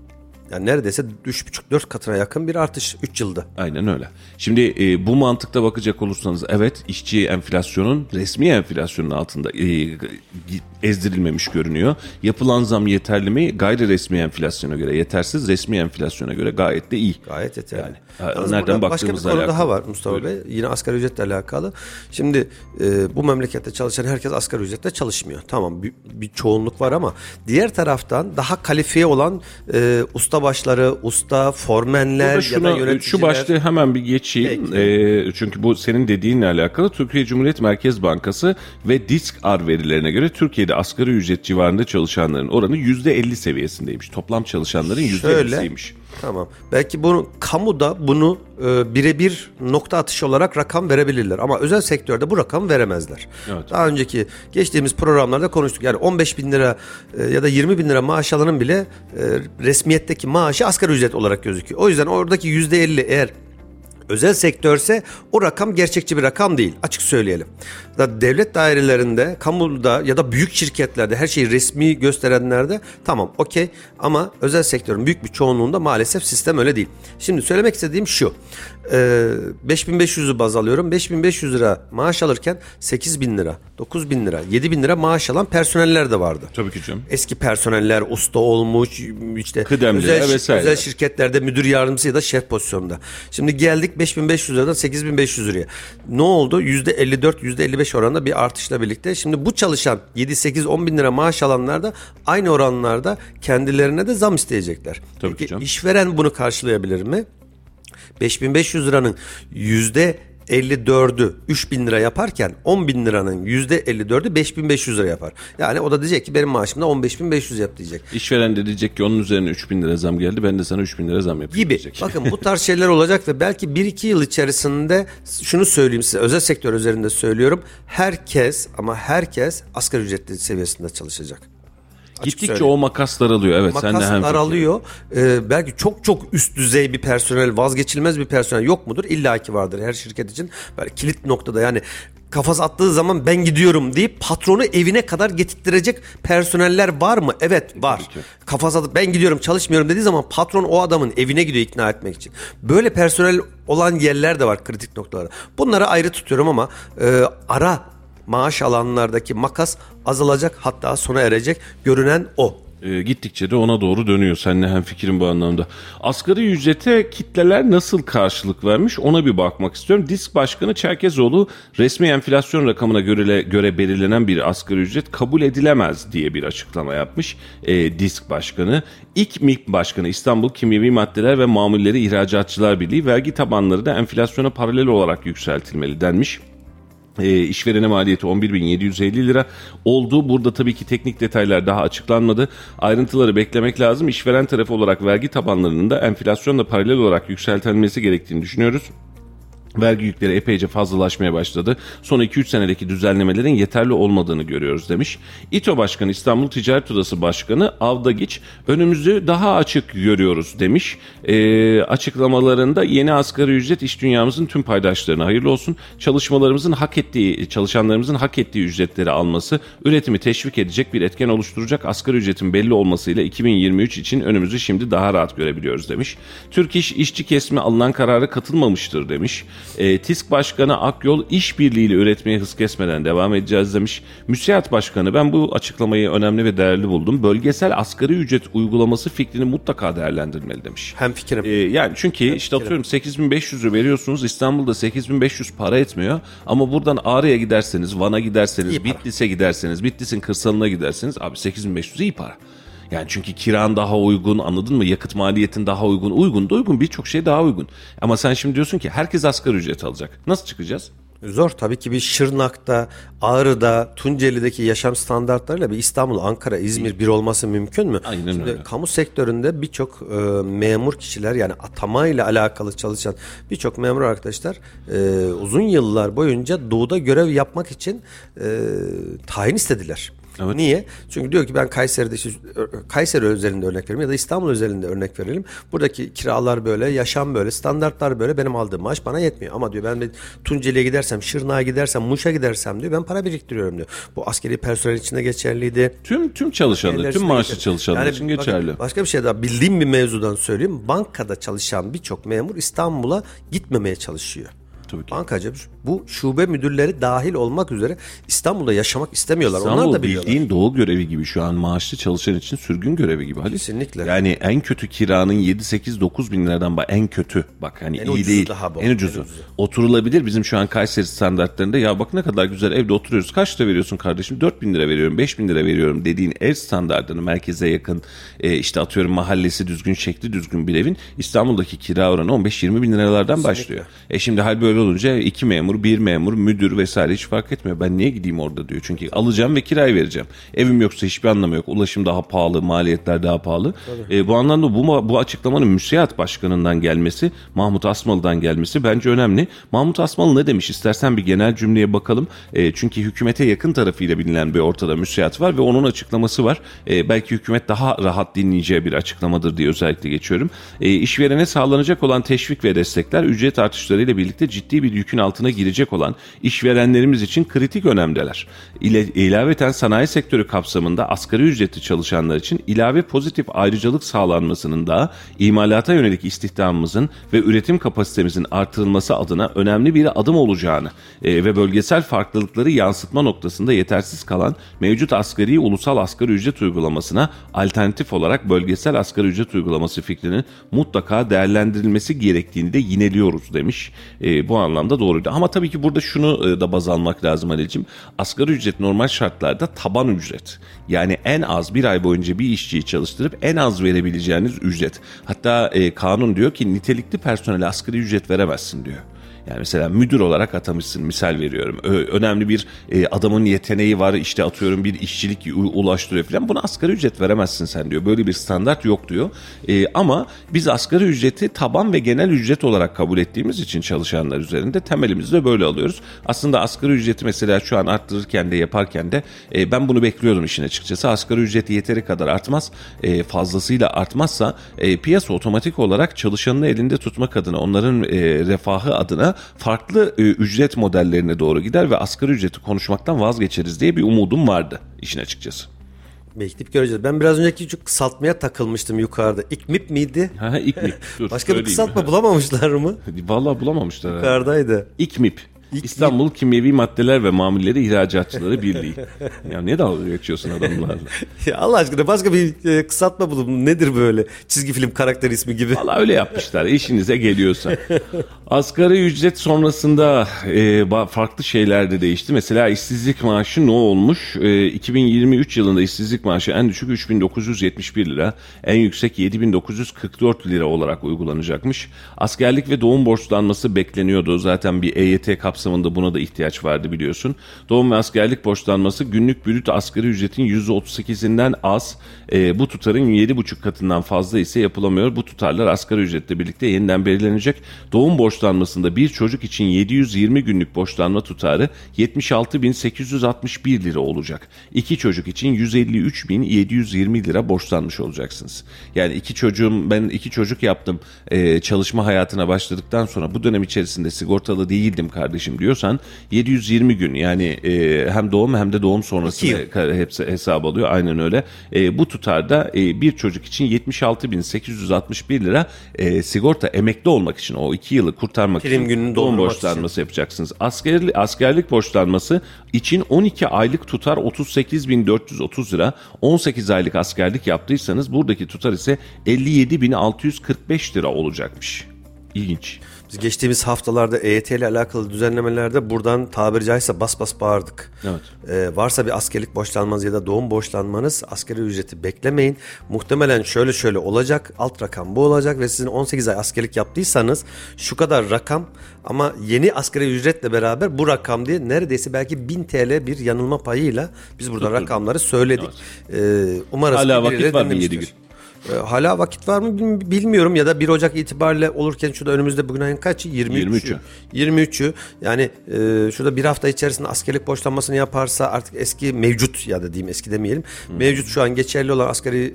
Yani neredeyse 3,5-4 katına yakın bir artış 3 yılda. Aynen öyle. Şimdi bu mantıkta bakacak olursanız evet, işçi enflasyonun resmi enflasyonun altında ezdirilmemiş görünüyor. Yapılan zam yeterli mi? Gayri resmi enflasyona göre yetersiz, resmi enflasyona göre gayet de iyi. Gayet yeterli. Yani, nereden başka bir konu alakalı. daha var Mustafa Bey. Yine asgari ücretle alakalı. Şimdi bu memlekette çalışan herkes asgari ücretle çalışmıyor. Tamam, bir çoğunluk var ama diğer taraftan daha kalifiye olan ustabaşları, usta, formenler ya da yöneticiler. Şu başlığı hemen bir geçeyim. Çünkü bu senin dediğinle alakalı. Türkiye Cumhuriyet Merkez Bankası ve DİSK-AR verilerine göre Türkiye'de asgari ücret civarında çalışanların oranı %50 seviyesindeymiş. Toplam çalışanların %50'siymiş. Tamam. Belki kamuda bunu birebir nokta atışı olarak rakam verebilirler. Ama özel sektörde bu rakamı veremezler. Evet. Daha önceki geçtiğimiz programlarda konuştuk. Yani 15 bin lira ya da 20 bin lira maaş alanın bile resmiyetteki maaşı asgari ücret olarak gözüküyor. O yüzden oradaki %50 eğer özel sektörse o rakam gerçekçi bir rakam değil. Açık söyleyelim. Devlet dairelerinde, kamuda ya da büyük şirketlerde her şeyi resmi gösterenlerde tamam okey, ama özel sektörün büyük bir çoğunluğunda maalesef sistem öyle değil. Şimdi söylemek istediğim şu. 5.500'ü baz alıyorum. 5.500 lira maaş alırken 8.000 lira, 9.000 lira, 7.000 lira maaş alan personeller de vardı. Tabii ki canım. Eski personeller, usta olmuş, işte özel şirketlerde müdür yardımcısı ya da şef pozisyonunda. Şimdi geldik 5.500 liradan 8.500 liraya. Ne oldu? %54, %55 oranında bir artışla birlikte. Şimdi bu çalışan 7, 8, 10 bin lira maaş alanlar da aynı oranlarda kendilerine de zam isteyecekler. Tabii Peki ki canım. işveren bunu karşılayabilir mi? 5.500 liranın %54'ü 3.000 lira yaparken 10.000 liranın %54'ü 5.500 lira yapar. Yani o da diyecek ki benim maaşımda 15.500 yap diyecek. İşveren de diyecek ki onun üzerine 3.000 lira zam geldi, ben de sana 3.000 lira zam yapayım Gibi. diyecek. Bakın bu tarz şeyler olacak ve belki 1-2 yıl içerisinde şunu söyleyeyim size, özel sektör üzerinde söylüyorum. Herkes asgari ücretli seviyesinde çalışacak. Gittikçe o makas daralıyor. Evet, sen de makas daralıyor. Belki çok üst düzey bir personel, vazgeçilmez bir personel yok mudur? İlla ki vardır her şirket için. Böyle kilit noktada, yani kafası attığı zaman ben gidiyorum deyip patronu evine kadar getirtirecek personeller var mı? Evet, var. Kafası atıp ben gidiyorum, çalışmıyorum dediği zaman patron o adamın evine gidiyor ikna etmek için. Böyle personel olan yerler de var, kritik noktalarda. Bunları ayrı tutuyorum ama ara maaş alanlardaki makas azalacak, hatta sona erecek, görünen o. Gittikçe de ona doğru dönüyor. Seninle hemfikirim bu anlamda. Asgari ücrete kitleler nasıl karşılık vermiş, ona bir bakmak istiyorum. DİSK Başkanı Çerkezoğlu resmi enflasyon rakamına göre belirlenen bir asgari ücret kabul edilemez diye bir açıklama yapmış. DİSK Başkanı. İKMİK Başkanı İstanbul Kimyevi Maddeler ve Mamulleri İhracatçılar Birliği vergi tabanları da enflasyona paralel olarak yükseltilmeli denmiş. İşverene maliyeti 11.750 lira oldu. Burada tabii ki teknik detaylar daha açıklanmadı. Ayrıntıları beklemek lazım. İşveren tarafı olarak vergi tabanlarının da enflasyonla paralel olarak yükseltilmesi gerektiğini düşünüyoruz. Vergi yükleri epeyce fazlalaşmaya başladı. Son 2-3 senedeki düzenlemelerin yeterli olmadığını görüyoruz demiş. İTO Başkanı İstanbul Ticaret Odası Başkanı Avdagiç önümüzü daha açık görüyoruz demiş. Açıklamalarında yeni asgari ücret iş dünyamızın tüm paydaşlarına hayırlı olsun. Çalışanlarımızın hak ettiği ücretleri alması üretimi teşvik edecek bir etken oluşturacak. Asgari ücretin belli olmasıyla 2023 için önümüzü şimdi daha rahat görebiliyoruz demiş. Türk İş işçi kesimi alınan karara katılmamıştır demiş. TİSK Başkanı Akyol işbirliğiyle üretmeye hız kesmeden devam edeceğiz demiş. MÜSİAD Başkanı, ben bu açıklamayı önemli ve değerli buldum. Bölgesel asgari ücret uygulaması fikrini mutlaka değerlendirmeli demiş. Hemfikirim. Yani çünkü işte atıyorum 8.500'ü veriyorsunuz, İstanbul'da 8.500 para etmiyor ama buradan Ağrı'ya giderseniz, Van'a giderseniz, Bitlis'e giderseniz, Bitlis'in kırsalına giderseniz abi 8.500 iyi para. Yani çünkü kiran daha uygun, anladın mı? Yakıt maliyetin daha uygun. Uygun, birçok şey daha uygun. Ama sen şimdi diyorsun ki herkes asgari ücret alacak. Nasıl çıkacağız? Zor tabii ki. Bir Şırnak'ta, Ağrı'da, Tunceli'deki yaşam standartlarıyla bir İstanbul, Ankara, İzmir bir olması mümkün mü? Aynen Şimdi öyle. kamu sektöründe birçok memur kişiler, yani atamayla alakalı çalışan birçok memur arkadaşlar uzun yıllar boyunca doğuda görev yapmak için tayin istediler. Evet. Niye? Çünkü diyor ki ben Kayseri'de Kayseri özelinde örnek vereyim ya da İstanbul özelinde örnek verelim. Buradaki kiralar böyle, yaşam böyle, standartlar böyle, benim aldığım maaş bana yetmiyor. Ama diyor ben Tunceli'ye gidersem, Şırnak'a gidersem, Muş'a gidersem diyor ben para biriktiriyorum diyor. Bu askeri personel için de geçerliydi. Tüm çalışanlar, tüm maaşlı çalışanlar için geçerli. Başka bir şey daha bildiğim bir mevzudan söyleyeyim. Bankada çalışan birçok memur İstanbul'a gitmemeye çalışıyor. Tabii ki. Bankacı bu şube müdürleri dahil olmak üzere İstanbul'da yaşamak istemiyorlar. İstanbul Onlar da biliyorlar. bildiğin doğu görevi gibi şu an maaşlı çalışan için sürgün görevi gibi. Halis. Kesinlikle. Yani en kötü kiranın 7-8-9 bin liradan en kötü. Bak hani En iyi ucuzu değil. daha bu. En ucuzu. Oturulabilir bizim şu an Kayseri standartlarında. Ya bak ne kadar güzel evde oturuyoruz. Kaç lira veriyorsun kardeşim? 4 bin lira veriyorum, 5 bin lira veriyorum dediğin ev standartlarını merkeze yakın işte atıyorum mahallesi düzgün, şekli düzgün bir evin İstanbul'daki kira oranı 15-20 bin liralardan başlıyor. Şimdi hal böyle olunca 2 memur, 1 memur, müdür vesaire hiç fark etmiyor. Ben niye gideyim orada diyor. Çünkü alacağım ve kirayı vereceğim. Evim yoksa hiçbir anlamı yok. Ulaşım daha pahalı, maliyetler daha pahalı. Bu anlamda bu açıklamanın müsiat başkanından gelmesi, Mahmut Asmalı'dan gelmesi bence önemli. Mahmut Asmalı ne demiş? İstersen bir genel cümleye bakalım. Çünkü hükümete yakın tarafıyla bilinen bir ortada müsiat var ve onun açıklaması var. Belki hükümet daha rahat dinleyeceği bir açıklamadır diye özellikle geçiyorum. İşverene sağlanacak olan teşvik ve destekler ücret artışlarıyla birlikte ciddi bir yükün altına girecek olan işverenlerimiz için kritik önemdeler. İlaveten sanayi sektörü kapsamında asgari ücretli çalışanlar için ilave pozitif ayrıcalık sağlanmasının da imalata yönelik istihdamımızın ve üretim kapasitemizin artırılması adına önemli bir adım olacağını ve bölgesel farklılıkları yansıtma noktasında yetersiz kalan mevcut asgari ulusal asgari ücret uygulamasına alternatif olarak bölgesel asgari ücret uygulaması fikrinin mutlaka değerlendirilmesi gerektiğini de yineliyoruz demiş. Bu anlamda doğruydu. Ama tabii ki burada şunu da baz almak lazım Halil'ciğim. Asgari ücret normal şartlarda taban ücret. Yani en az bir ay boyunca bir işçiyi çalıştırıp en az verebileceğiniz ücret. Hatta kanun diyor ki nitelikli personele asgari ücret veremezsin diyor. Yani mesela müdür olarak atamışsın, misal veriyorum. Önemli bir adamın yeteneği var, işte atıyorum bir işçilik ulaştırıyor falan. Buna asgari ücret veremezsin sen diyor. Böyle bir standart yok diyor. Ama biz asgari ücreti taban ve genel ücret olarak kabul ettiğimiz için çalışanlar üzerinde temelimizi de böyle alıyoruz. Aslında asgari ücreti mesela şu an arttırırken de yaparken de ben bunu bekliyordum işin açıkçası. Asgari ücret yeteri kadar artmaz. Fazlasıyla artmazsa piyasa otomatik olarak çalışanını elinde tutmak adına, onların refahı adına farklı ücret modellerine doğru gider ve asgari ücreti konuşmaktan vazgeçeriz diye bir umudum vardı işin açıkçası. Bekleyip göreceğiz. Ben biraz önceki küçük kısaltmaya takılmıştım yukarıda. İkmip miydi? İkmip. Dur, başka bir kısaltma bulamamışlar mı? Vallahi bulamamışlar. Yukarıdaydı. İkmip. İstanbul Kimyevi Maddeler ve Mamulleri İhracatçıları Birliği. Ya ne dalga geçiyorsun adamlarla? Ya Allah aşkına başka bir kısaltma bulun. Nedir böyle? Çizgi film karakter ismi gibi. Vallahi öyle yapmışlar. İşinize geliyorsa. Asgari ücret sonrasında farklı şeyler de değişti. Mesela işsizlik maaşı ne olmuş? 2023 yılında işsizlik maaşı en düşük 3.971 lira, en yüksek 7.944 lira olarak uygulanacakmış. Askerlik ve doğum borçlanması bekleniyordu. Zaten bir EYT kapsamında buna da ihtiyaç vardı biliyorsun. Doğum ve askerlik borçlanması günlük brüt asgari ücretin %38'inden az. Bu tutarın 7,5 katından fazla ise yapılamıyor. Bu tutarlar asgari ücretle birlikte yeniden belirlenecek. Doğum borçlanmasında bir çocuk için 720 günlük borçlanma tutarı 76.861 lira olacak. 2 çocuk için 153.720 lira borçlanmış olacaksınız. Yani ben 2 çocuk yaptım. Çalışma hayatına başladıktan sonra bu dönem içerisinde sigortalı değildim kardeşim diyorsan 720 gün yani hem doğum hem de doğum sonrasını hepsi hesap alıyor. Aynen öyle. Bu tutarda bir çocuk için 76.861 lira sigorta emekli olmak için o 2 yılı kurtarmak için doğum borçlanması yapacaksınız. Askerlik borçlanması için 12 aylık tutar 38.430 lira. 18 aylık askerlik yaptıysanız buradaki tutar ise 57.645 lira olacakmış. İlginç. Biz geçtiğimiz haftalarda EYT ile alakalı düzenlemelerde buradan tabiri caizse bas bas bağırdık. Evet. Varsa bir askerlik borçlanmanız ya da doğum borçlanmanız asgari ücreti beklemeyin. Muhtemelen şöyle olacak. Alt rakam bu olacak ve sizin 18 ay askerlik yaptıysanız şu kadar rakam ama yeni asgari ücretle beraber bu rakam diye neredeyse belki 1000 TL bir yanılma payıyla biz burada rakamları söyledik. Umarız hala vakit var mı 7 gün? Hala vakit var mı bilmiyorum ya da 1 Ocak itibariyle olurken şurada önümüzde bugün ayın kaçı? 23'ü. 23'ü. Yani şurada bir hafta içerisinde askerlik borçlanmasını yaparsa artık eski mevcut ya da diyeyim eski demeyelim. Mevcut şu an geçerli olan asgari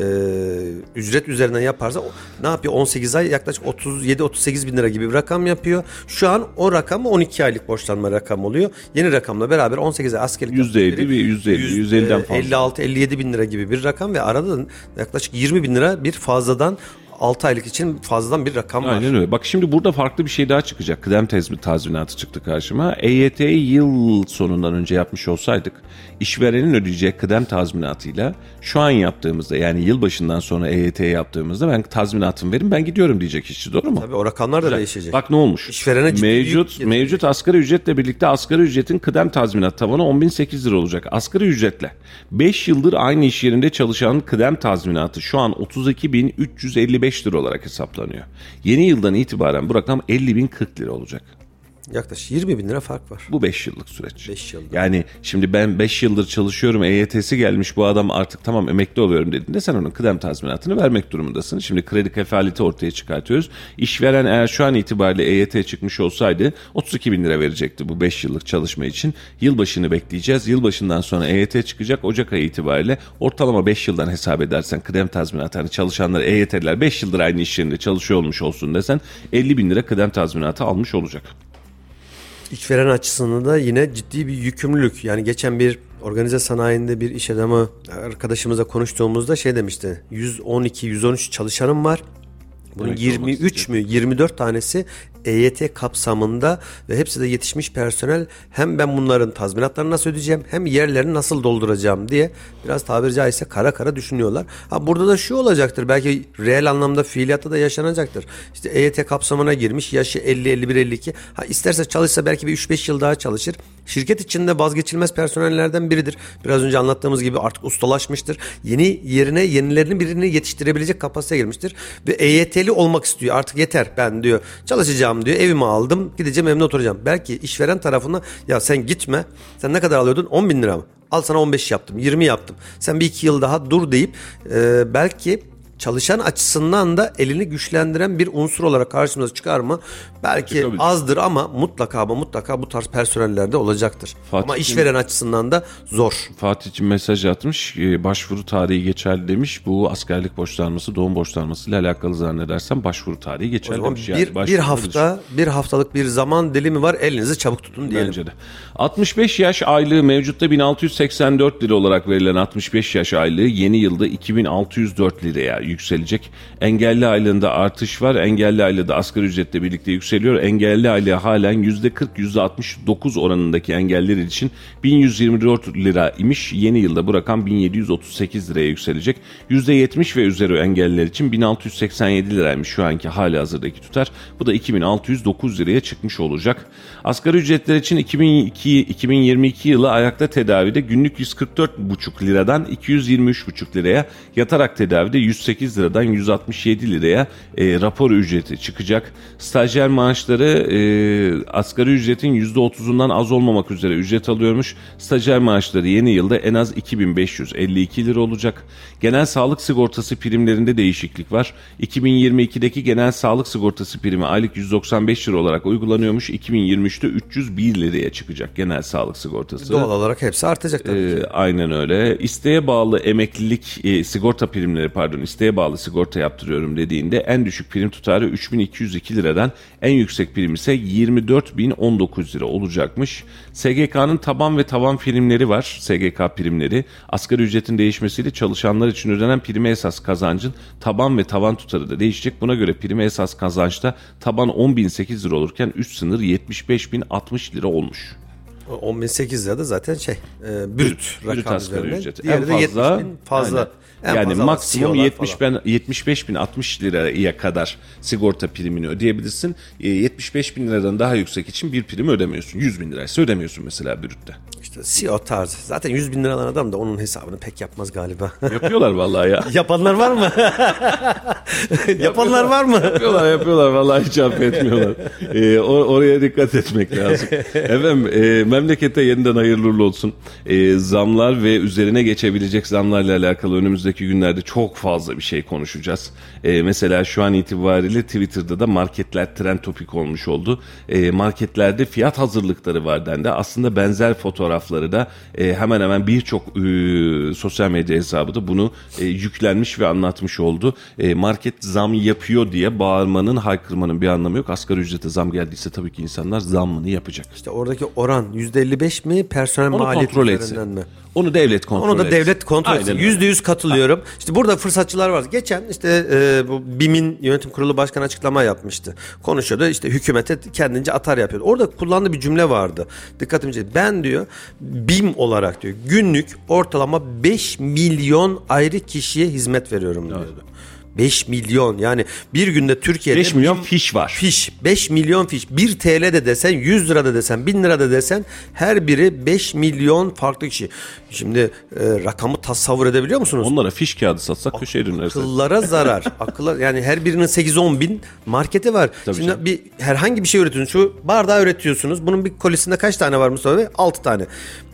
ücret üzerinden yaparsa ne yapıyor? 18 ay yaklaşık 37-38 bin lira gibi bir rakam yapıyor. Şu an o rakam 12 aylık borçlanma rakamı oluyor. Yeni rakamla beraber 18 ay askerlik %50 ve %50'den fazla. 56-57 bin lira gibi bir rakam ve arada da yaklaşık 20 bin lira bir fazladan 6 aylık için fazladan bir rakam var. Aynen öyle. Bak şimdi burada farklı bir şey daha çıkacak. Kıdem tazminatı çıktı karşıma. EYT'yi yıl sonundan önce yapmış olsaydık işverenin ödeyeceği kıdem tazminatıyla şu an yaptığımızda yani yılbaşından sonra EYT'yi yaptığımızda ben tazminatımı verin ben gidiyorum diyecek işçi, doğru mu? Tabii o rakamlar da değişecek. Bak ne olmuş? İşverene ciddi mevcut asgari ücretle birlikte asgari ücretin kıdem tazminat tavanı 10.008 lira olacak. Asgari ücretle 5 yıldır aynı iş yerinde çalışanın kıdem tazminatı şu an 32.355 lira olarak hesaplanıyor. Yeni yıldan itibaren bu rakam 50.040 lira olacak. Yaklaşık 20 bin lira fark var. Bu 5 yıllık süreç. 5 yıldır. Yani şimdi ben 5 yıldır çalışıyorum, EYT'si gelmiş, bu adam artık tamam emekli oluyorum dediğinde sen onun kıdem tazminatını vermek durumundasın. Şimdi kredi kefaleti ortaya çıkartıyoruz. İşveren eğer şu an itibariyle EYT çıkmış olsaydı 32 bin lira verecekti bu 5 yıllık çalışma için. Yılbaşını bekleyeceğiz. Yılbaşından sonra EYT çıkacak. Ocak ayı itibariyle ortalama 5 yıldan hesap edersen kıdem tazminatı, hani çalışanlar EYT'liler 5 yıldır aynı iş yerinde çalışıyor olmuş olsun desen 50 bin lira kıdem tazminatı almış olacak. İşveren açısından da yine ciddi bir yükümlülük. Yani geçen bir organize sanayinde bir iş adamı arkadaşımızla konuştuğumuzda şey demişti. 112-113 çalışanım var. Bunun 23 mü 24 tanesi EYT kapsamında ve hepsi de yetişmiş personel. Hem ben bunların tazminatlarını nasıl ödeyeceğim hem yerlerini nasıl dolduracağım diye biraz tabiri caizse kara kara düşünüyorlar. Ha burada da şu olacaktır, belki reel anlamda fiiliyatta da yaşanacaktır. İşte EYT kapsamına girmiş, yaşı 50, 51, 52. Ha isterse çalışsa belki bir 3-5 yıl daha çalışır. Şirket içinde vazgeçilmez personellerden biridir. Biraz önce anlattığımız gibi artık ustalaşmıştır. Yenilerini birini yetiştirebilecek kapasiteye girmiştir. Ve EYT'li olmak istiyor. Artık yeter ben diyor çalışacağım diyor. Evimi aldım, gideceğim evimde oturacağım. Belki işveren tarafına ya sen gitme. Sen ne kadar alıyordun? 10 bin lira mı? Al sana 15 yaptım, 20 yaptım. Sen bir 2 yıl daha dur deyip belki çalışan açısından da elini güçlendiren bir unsur olarak karşımıza çıkar mı? Belki azdır ama mutlaka bu tarz personellerde olacaktır. Ama işveren açısından da zor. Fatih'cim mesaj atmış. Başvuru tarihi geçerli demiş. Bu askerlik borçlanması, doğum borçlanması ile alakalı zannedersem başvuru tarihi geçerli demiş. Yani bir haftalık bir zaman dilimi var. Elinizi çabuk tutun diyelim. Bence de. 65 yaş aylığı mevcutta 1684 lira olarak verilen 65 yaş aylığı yeni yılda 2604 liraya yükselecek. Engelli aylığında artış var. Engelli aylığı da asgari ücretle birlikte yükseliyor. Engelli aylığı halen %40-%69 oranındaki engelliler için 1124 lira imiş. Yeni yılda bu rakam 1738 liraya yükselecek. %70 ve üzeri engelliler için 1687 liraymış şu anki hali hazırdaki tutar. Bu da 2609 liraya çıkmış olacak. Asgari ücretler için 2022 yılı ayakta tedavide günlük 144,5 liradan 223,5 liraya, yatarak tedavide 108 liradan 167 liraya rapor ücreti çıkacak. Stajyer maaşları asgari ücretin %30'undan az olmamak üzere ücret alıyormuş. Stajyer maaşları yeni yılda en az 2552 lira olacak. Genel sağlık sigortası primlerinde değişiklik var. 2022'deki genel sağlık sigortası primi aylık 195 lira olarak uygulanıyormuş. 2023'te 301 liraya çıkacak genel sağlık sigortası. Doğal olarak hepsi artacak tabii. Aynen öyle. İsteğe bağlı emeklilik sigorta primleri isteğe bağlı sigorta yaptırıyorum dediğinde en düşük prim tutarı 3202 liradan en yüksek prim ise 24.019 lira olacakmış. SGK'nın taban ve tavan primleri var. SGK primleri asgari ücretin değişmesiyle çalışanlar için ödenen prime esas kazancın taban ve tavan tutarı da değişecek. Buna göre prime esas kazançta taban 10.008 lira olurken üst sınır 75.060 lira olmuş. 10.008 lira da zaten brüt rakam asgari üzerine. ücreti. Diğeri En de 70.000 fazla. Aynen. Yani maksimum 75.060 liraya kadar sigorta primini ödeyebilirsin. 75.000 liradan daha yüksek için bir prim ödemiyorsun. 100.000 liraysa ödemiyorsun mesela brütte. İşte CEO tarzı. Zaten 100.000 lira alan adam da onun hesabını pek yapmaz galiba. Yapıyorlar vallahi ya. Yapanlar var mı? Yapanlar var mı? Yapıyorlar vallahi hiç affetmiyorlar. Oraya dikkat etmek lazım. Efendim memlekete yeniden hayırlı uğurlu olsun. Zamlar ve üzerine geçebilecek zamlarla alakalı önümüzdeki günlerde çok fazla bir şey konuşacağız. Mesela şu an itibariyle Twitter'da da marketler trend topik olmuş oldu. Marketlerde fiyat hazırlıkları var dendi. Aslında benzer fotoğrafları da hemen hemen birçok sosyal medya hesabı da bunu yüklenmiş ve anlatmış oldu. Market zam yapıyor diye bağırmanın, haykırmanın bir anlamı yok. Asgari ücrete zam geldiyse tabii ki insanlar zammını yapacak. İşte oradaki oran %55 mi? Personel maliyeti üzerinden mi? Onu devlet kontrol etsin. Onu da devlet kontrol etsin. %100 katılıyorum. İşte burada fırsatçılar var. Geçen işte bu BİM'in yönetim kurulu başkanı açıklama yapmıştı. Konuşuyordu. İşte hükümete kendince atar yapıyordu. Orada kullandığı bir cümle vardı. Dikkatimi çekti. Ben diyor BİM olarak diyor günlük ortalama 5 milyon ayrı kişiye hizmet veriyorum diyordu. Evet. 5 milyon yani bir günde Türkiye'de 5 milyon fiş var. Fiş 5 milyon fiş 1 TL de desen 100 lira da desen 1000 lira da desen her biri 5 milyon farklı kişi. Şimdi rakamı tasavvur edebiliyor musunuz? Onlara fiş kağıdı satsak köşeye döneriz. Akıllara zarar. Akıllar yani her birinin 8-10 bin marketi var. Tabii şimdi canım. herhangi bir şey üretiyorsunuz. Şu bardağı üretiyorsunuz. Bunun bir kolisinde kaç tane var Mustafa Bey? 6 tane.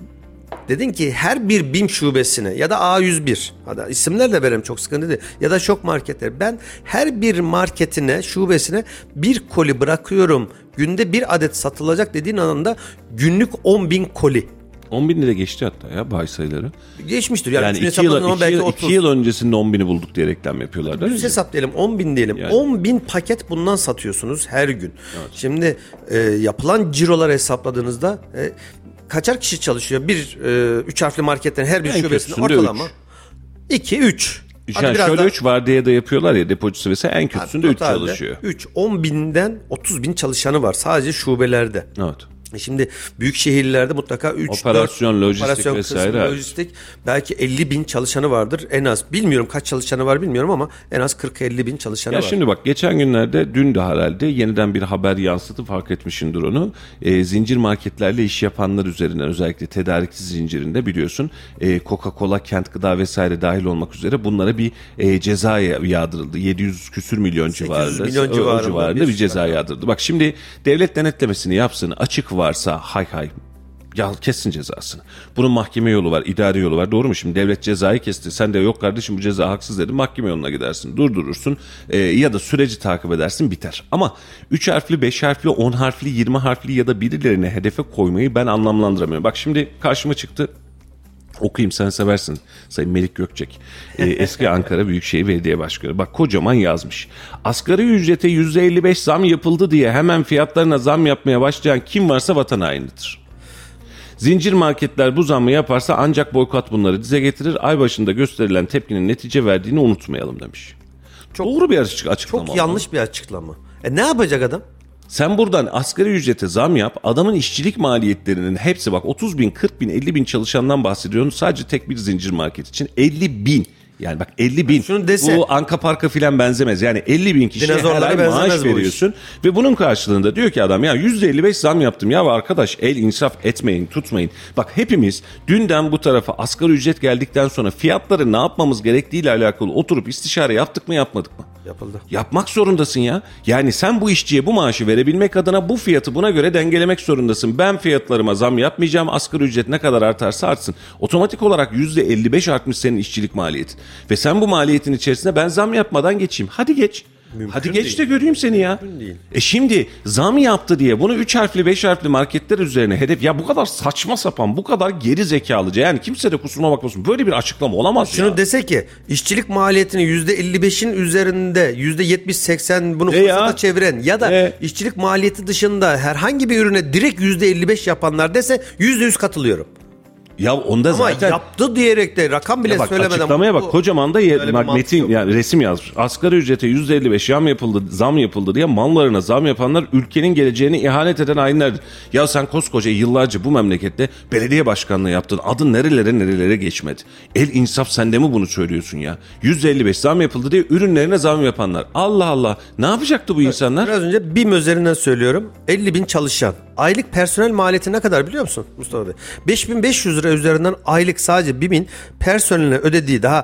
Dedin ki her bir BİM şubesine ya da A101 hadi isimler de verelim çok sıkıntı değil ya da şok marketler ben her bir marketine şubesine bir koli bırakıyorum günde bir adet satılacak dediğin anında günlük 10.000 koli. 10.000 lira geçti hatta ya bayi sayıları. Geçmiştir. Yani 2 yıl öncesinde 10.000'i bulduk diye reklam yapıyorlar. Düz hesaplayalım 10.000 diyelim. Yani. 10.000 paket bundan satıyorsunuz her gün. Evet. Şimdi yapılan cirolar hesapladığınızda kaçar kişi çalışıyor? 3 harfli marketlerin her bir şubesinde ortalama 2-3. Yani şöyle 3 vardiya da yapıyorlar ya depocisi vesaire en kötüsünde 3 çalışıyor. 10.000'den 30.000 çalışanı var sadece şubelerde. Evet. Şimdi büyük şehirlerde mutlaka 3 operasyon, lojistik vesaire. Lojistik belki 50.000 çalışanı vardır en az. Bilmiyorum kaç çalışanı var bilmiyorum ama en az 40-50.000 çalışanı var. Şimdi bak geçen günlerde dün de herhalde yeniden bir haber yansıtı fark etmişsindir onu. Zincir marketlerle iş yapanlar üzerinden özellikle tedarikçi zincirinde biliyorsun Coca-Cola, Kent Gıda vesaire dahil olmak üzere bunlara bir ceza yağdırıldı. 700 küsür milyon civarında bir ceza yağdırıldı. Bak şimdi devlet denetlemesini yapsın açık varsa hay ya kessin cezasını. Bunun mahkeme yolu var, idari yolu var. Doğru mu? Şimdi devlet cezayı kesti. Sen de yok kardeşim bu ceza haksız dedin. Mahkeme yoluna gidersin. Durdurursun. Ya da süreci takip edersin biter. Ama 3 harfli, 5 harfli, 10 harfli, 20 harfli ya da birilerine hedefe koymayı ben anlamlandıramıyorum. Bak şimdi karşıma çıktı. Okuyayım sen seversin. Sayın Melik Gökçek. Eski Ankara Büyükşehir Belediye Başkanı. Bak kocaman yazmış. Asgari ücrete %55 zam yapıldı diye hemen fiyatlarına zam yapmaya başlayan kim varsa vatan hainidir. Zincir marketler bu zammı yaparsa ancak boykot bunları dize getirir. Ay başında gösterilen tepkinin netice verdiğini unutmayalım demiş. Çok doğru bir açıklama. Çok yanlış bir açıklama. Ne yapacak adam? Sen buradan asgari ücrete zam yap. Adamın işçilik maliyetlerinin hepsi bak 30 bin, 40 bin, 50 bin çalışandan bahsediyorsun. Sadece tek bir zincir market için 50 bin. Yani bak 50 bin bu Anka Park'a filan benzemez. Yani 50 bin kişiye her ay maaş veriyorsun. Ve bunun karşılığında diyor ki adam ya %55 zam yaptım. Ya arkadaş el insaf etmeyin tutmayın. Bak hepimiz dünden bu tarafa asgari ücret geldikten sonra fiyatları ne yapmamız gerektiğiyle alakalı oturup istişare yaptık mı yapmadık mı? Yapıldı. Yapmak zorundasın ya. Yani sen bu işçiye bu maaşı verebilmek adına bu fiyatı buna göre dengelemek zorundasın. Ben fiyatlarıma zam yapmayacağım. Asgari ücret ne kadar artarsa artsın. Otomatik olarak %55 artmış senin işçilik maliyetin. Ve sen bu maliyetin içerisine ben zam yapmadan geçeyim. Hadi geç. Mümkün hadi geç değil. De göreyim seni ya. Şimdi zam yaptı diye bunu 3 harfli 5 harfli marketler üzerine hedef ya bu kadar saçma sapan bu kadar geri zekalıca yani kimse de kusuruma bakmasın böyle bir açıklama olamaz. Şunu dese ki işçilik maliyetini %55'in üzerinde %70-80 bunu fırsata çeviren ya da işçilik maliyeti dışında herhangi bir ürüne direkt %55 yapanlar dese %100 katılıyorum. Ya onda ama zaten yaptı diyerek de rakam bile bak, söylemeden açıklamaya bak kocaman da metin yani resim yazmış. Asgari ücrete %55 zam yapıldı diye mallarına zam yapanlar ülkenin geleceğini ihanet eden hainlerdir. Ya sen koskoca yıllarca bu memlekette belediye başkanlığı yaptın. Adın nerelere geçmedi. El insaf sen de mi bunu söylüyorsun ya? %55 zam yapıldı diye ürünlerine zam yapanlar. Allah Allah. Ne yapacaktı bu insanlar? Biraz önce BİM üzerinden söylüyorum. 50 bin çalışan. Aylık personel maliyeti ne kadar biliyor musun Mustafa Bey? 5.500 lira üzerinden aylık sadece BİM'in personeline ödediği daha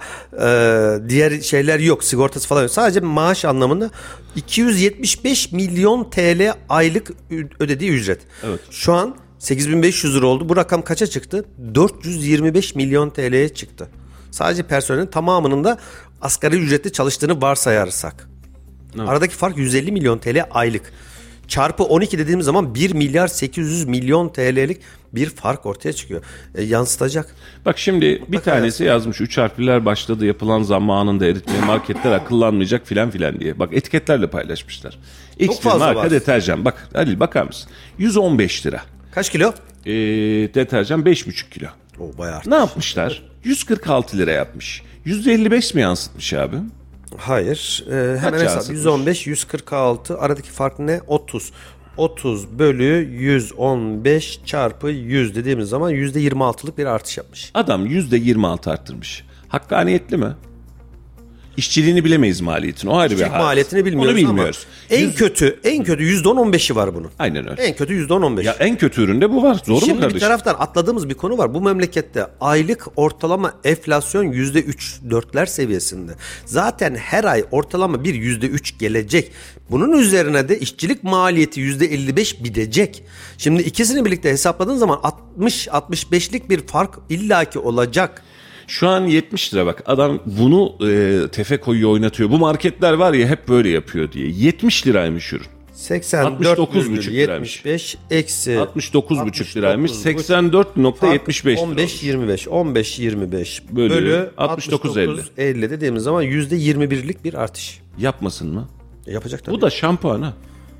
diğer şeyler yok. Sigortası falan yok. Sadece maaş anlamında 275 milyon TL aylık ödediği ücret. Evet. Şu an 8500 lira oldu. Bu rakam kaça çıktı? 425 milyon TL'ye çıktı. Sadece personelin tamamının da asgari ücretli çalıştığını varsayarsak. Evet. Aradaki fark 150 milyon TL aylık. Çarpı 12 dediğimiz zaman 1 milyar 800 milyon TL'lik bir fark ortaya çıkıyor. Yansıtacak. Bak şimdi bir tanesi yazmış 3 harfliler başladı yapılan zammı anında eritmeye marketler akıllanmayacak filan filan diye. Bak etiketlerle paylaşmışlar. X bir marka var. Deterjan. Bak Halil bakar mısın? 115 lira. Kaç kilo? Deterjan 5,5 kilo. O bayağı. Ne yapmışlar? 146 lira yapmış. %55 mi yansıtmış abi? Hayır. Hemen hesap. 115, 146. Aradaki fark ne? 30. 30 bölü 115 çarpı 100 dediğimiz zaman %26'lık bir artış yapmış. Adam %26 arttırmış. Hakkaniyetli mi? İşçiliğini bilemeyiz maliyetini. O ayrı bir hal. Maliyetini bilmiyoruz. Onu bilmiyoruz. Ama en kötü %10-15'i var bunun. Aynen öyle. En kötü %10-15. Ya en kötü üründe bu var. Doğru mu kardeşim? Şimdi bir taraftan atladığımız bir konu var. Bu memlekette aylık ortalama enflasyon %3-4'ler seviyesinde. Zaten her ay ortalama bir %3 gelecek. Bunun üzerine de işçilik maliyeti %55 gidecek. Şimdi ikisini birlikte hesapladığın zaman 60-65'lik bir fark illaki olacak. Şu an 70 lira bak adam bunu tefe koyuyor oynatıyor. Bu marketler var ya hep böyle yapıyor diye. 70 liraymış ürün. 89,5 liraymış. 75 eksi 69,5 liraymış. 84,75 15-25 bölü 69,50 dediğimiz zaman %21'lik bir artış. Yapmasın mı? Yapacak tabii. Bu da şampuan ha.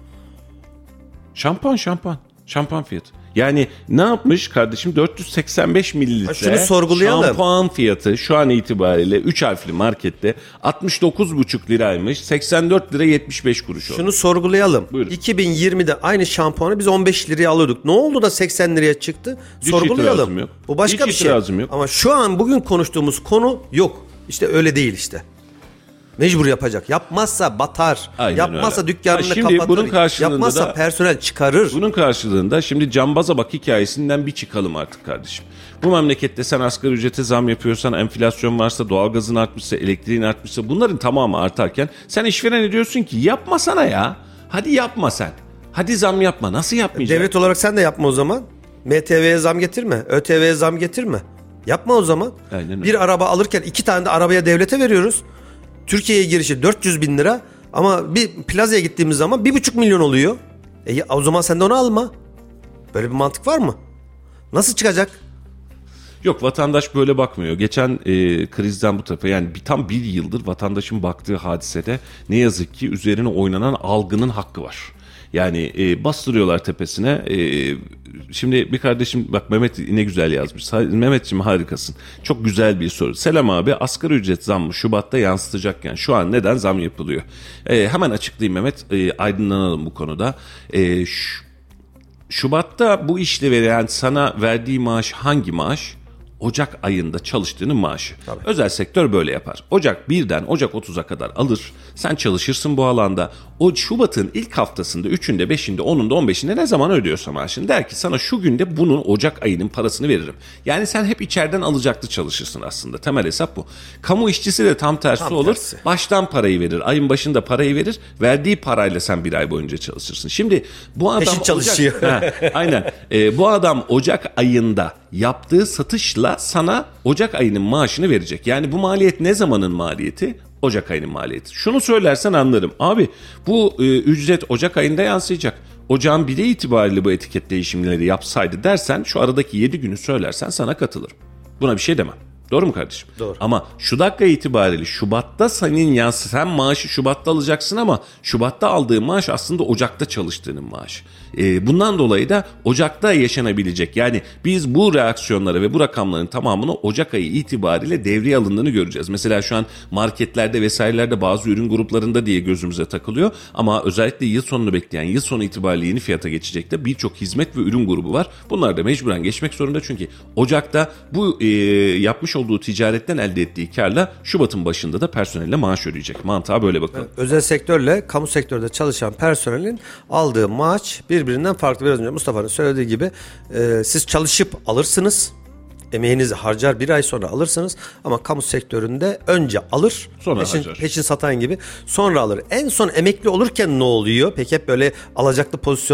Şampuan fiyatı. Yani ne yapmış kardeşim? 485 mililitre şunu sorgulayalım. Şampuan fiyatı şu an itibariyle 3 harfli markette 69,5 liraymış. 84 lira 75 kuruş oldu. Şunu sorgulayalım. Buyurun. 2020'de aynı şampuanı biz 15 liraya alıyorduk. Ne oldu da 80 liraya çıktı? Sorgulayalım. Yok. Bu başka bir şey. Yok. Ama şu an bugün konuştuğumuz konu yok. İşte öyle değil işte. Mecbur yapacak. Yapmazsa batar. Aynen yapmazsa öyle. dükkanını kapatır. Bunun karşılığında yapmazsa da, personel çıkarır. Bunun karşılığında şimdi cambaza bak hikayesinden bir çıkalım artık kardeşim. Bu memlekette sen asgari ücrete zam yapıyorsan, enflasyon varsa, doğalgazın artmışsa, elektriğin artmışsa bunların tamamı artarken sen işverene diyorsun ki yapmasana ya. Hadi yapma sen. Hadi zam yapma. Nasıl yapmayacaksın? Devlet olarak sen de yapma o zaman. MTV'ye zam getirme. ÖTV'ye zam getirme. Yapma o zaman. Aynen. Bir araba alırken 2 tane de arabaya devlete veriyoruz. Türkiye'ye girişi 400 bin lira ama bir plazaya gittiğimiz zaman 1,5 milyon oluyor. O zaman sen de onu alma. Böyle bir mantık var mı? Nasıl çıkacak? Yok vatandaş böyle bakmıyor. Geçen krizden bu tarafa yani tam bir yıldır vatandaşın baktığı hadisede ne yazık ki üzerine oynanan algının hakkı var. Yani bastırıyorlar tepesine. Şimdi bir kardeşim bak Mehmet ne güzel yazmış. Mehmetciğim harikasın. Çok güzel bir soru. Selam abi asgari ücret zammı Şubat'ta yansıtacakken şu an neden zam yapılıyor? Hemen açıklayayım Mehmet. Aydınlanalım bu konuda. Şubat'ta bu işle veren sana verdiği maaş hangi maaş? Ocak ayında çalıştığının maaşı. Tabii. Özel sektör böyle yapar. Ocak 1'den Ocak 30'a kadar alır. Sen çalışırsın bu alanda. O Şubat'ın ilk haftasında 3'ünde 5'inde 10'unda 15'inde ne zaman ödüyorsa maaşını der ki sana şu günde bunun Ocak ayının parasını veririm. Yani sen hep içeriden alacaklı çalışırsın aslında. Temel hesap bu. Kamu işçisi de tam tersi olur. Baştan parayı verir. Ayın başında parayı verir. Verdiği parayla sen bir ay boyunca çalışırsın. Şimdi bu adam peşin çalışıyor. Aynen. Bu adam Ocak ayında yaptığı satışla sana Ocak ayının maaşını verecek. Yani bu maliyet ne zamanın maliyeti? Ocak ayının maliyeti. Şunu söylersen anlarım. Abi bu ücret Ocak ayında yansıyacak. Ocağın 1'i itibariyle bu etiket değişimleri yapsaydı dersen şu aradaki 7 günü söylersen sana katılırım. Buna bir şey demem. Doğru mu kardeşim? Doğru. Ama şu dakika itibariyle Şubat'ta senin sen maaşı Şubat'ta alacaksın ama Şubat'ta aldığın maaş aslında Ocak'ta çalıştığının maaşı. Bundan dolayı da Ocak'ta yaşanabilecek yani biz bu reaksiyonları ve bu rakamların tamamını Ocak ayı itibariyle devreye alındığını göreceğiz. Mesela şu an marketlerde vesairelerde bazı ürün gruplarında diye gözümüze takılıyor ama özellikle yıl sonunu bekleyen yıl sonu itibariyle yeni fiyata geçecek de birçok hizmet ve ürün grubu var. Bunlar da mecburen geçmek zorunda çünkü Ocak'ta bu yapmış olduğu ticaretten elde ettiği karla Şubat'ın başında da personelle maaş ödeyecek. Mantığa böyle bakalım. Özel sektörle kamu sektörde çalışan personelin aldığı maaş birbirinden farklı. Biraz önce Mustafa'nın söylediği gibi siz çalışıp alırsınız. Emeğinizi harcar bir ay sonra alırsınız ama kamu sektöründe önce alır sonra peşin satan gibi sonra alır. En son emekli olurken ne oluyor? Peki hep böyle alacaklı pozisyonda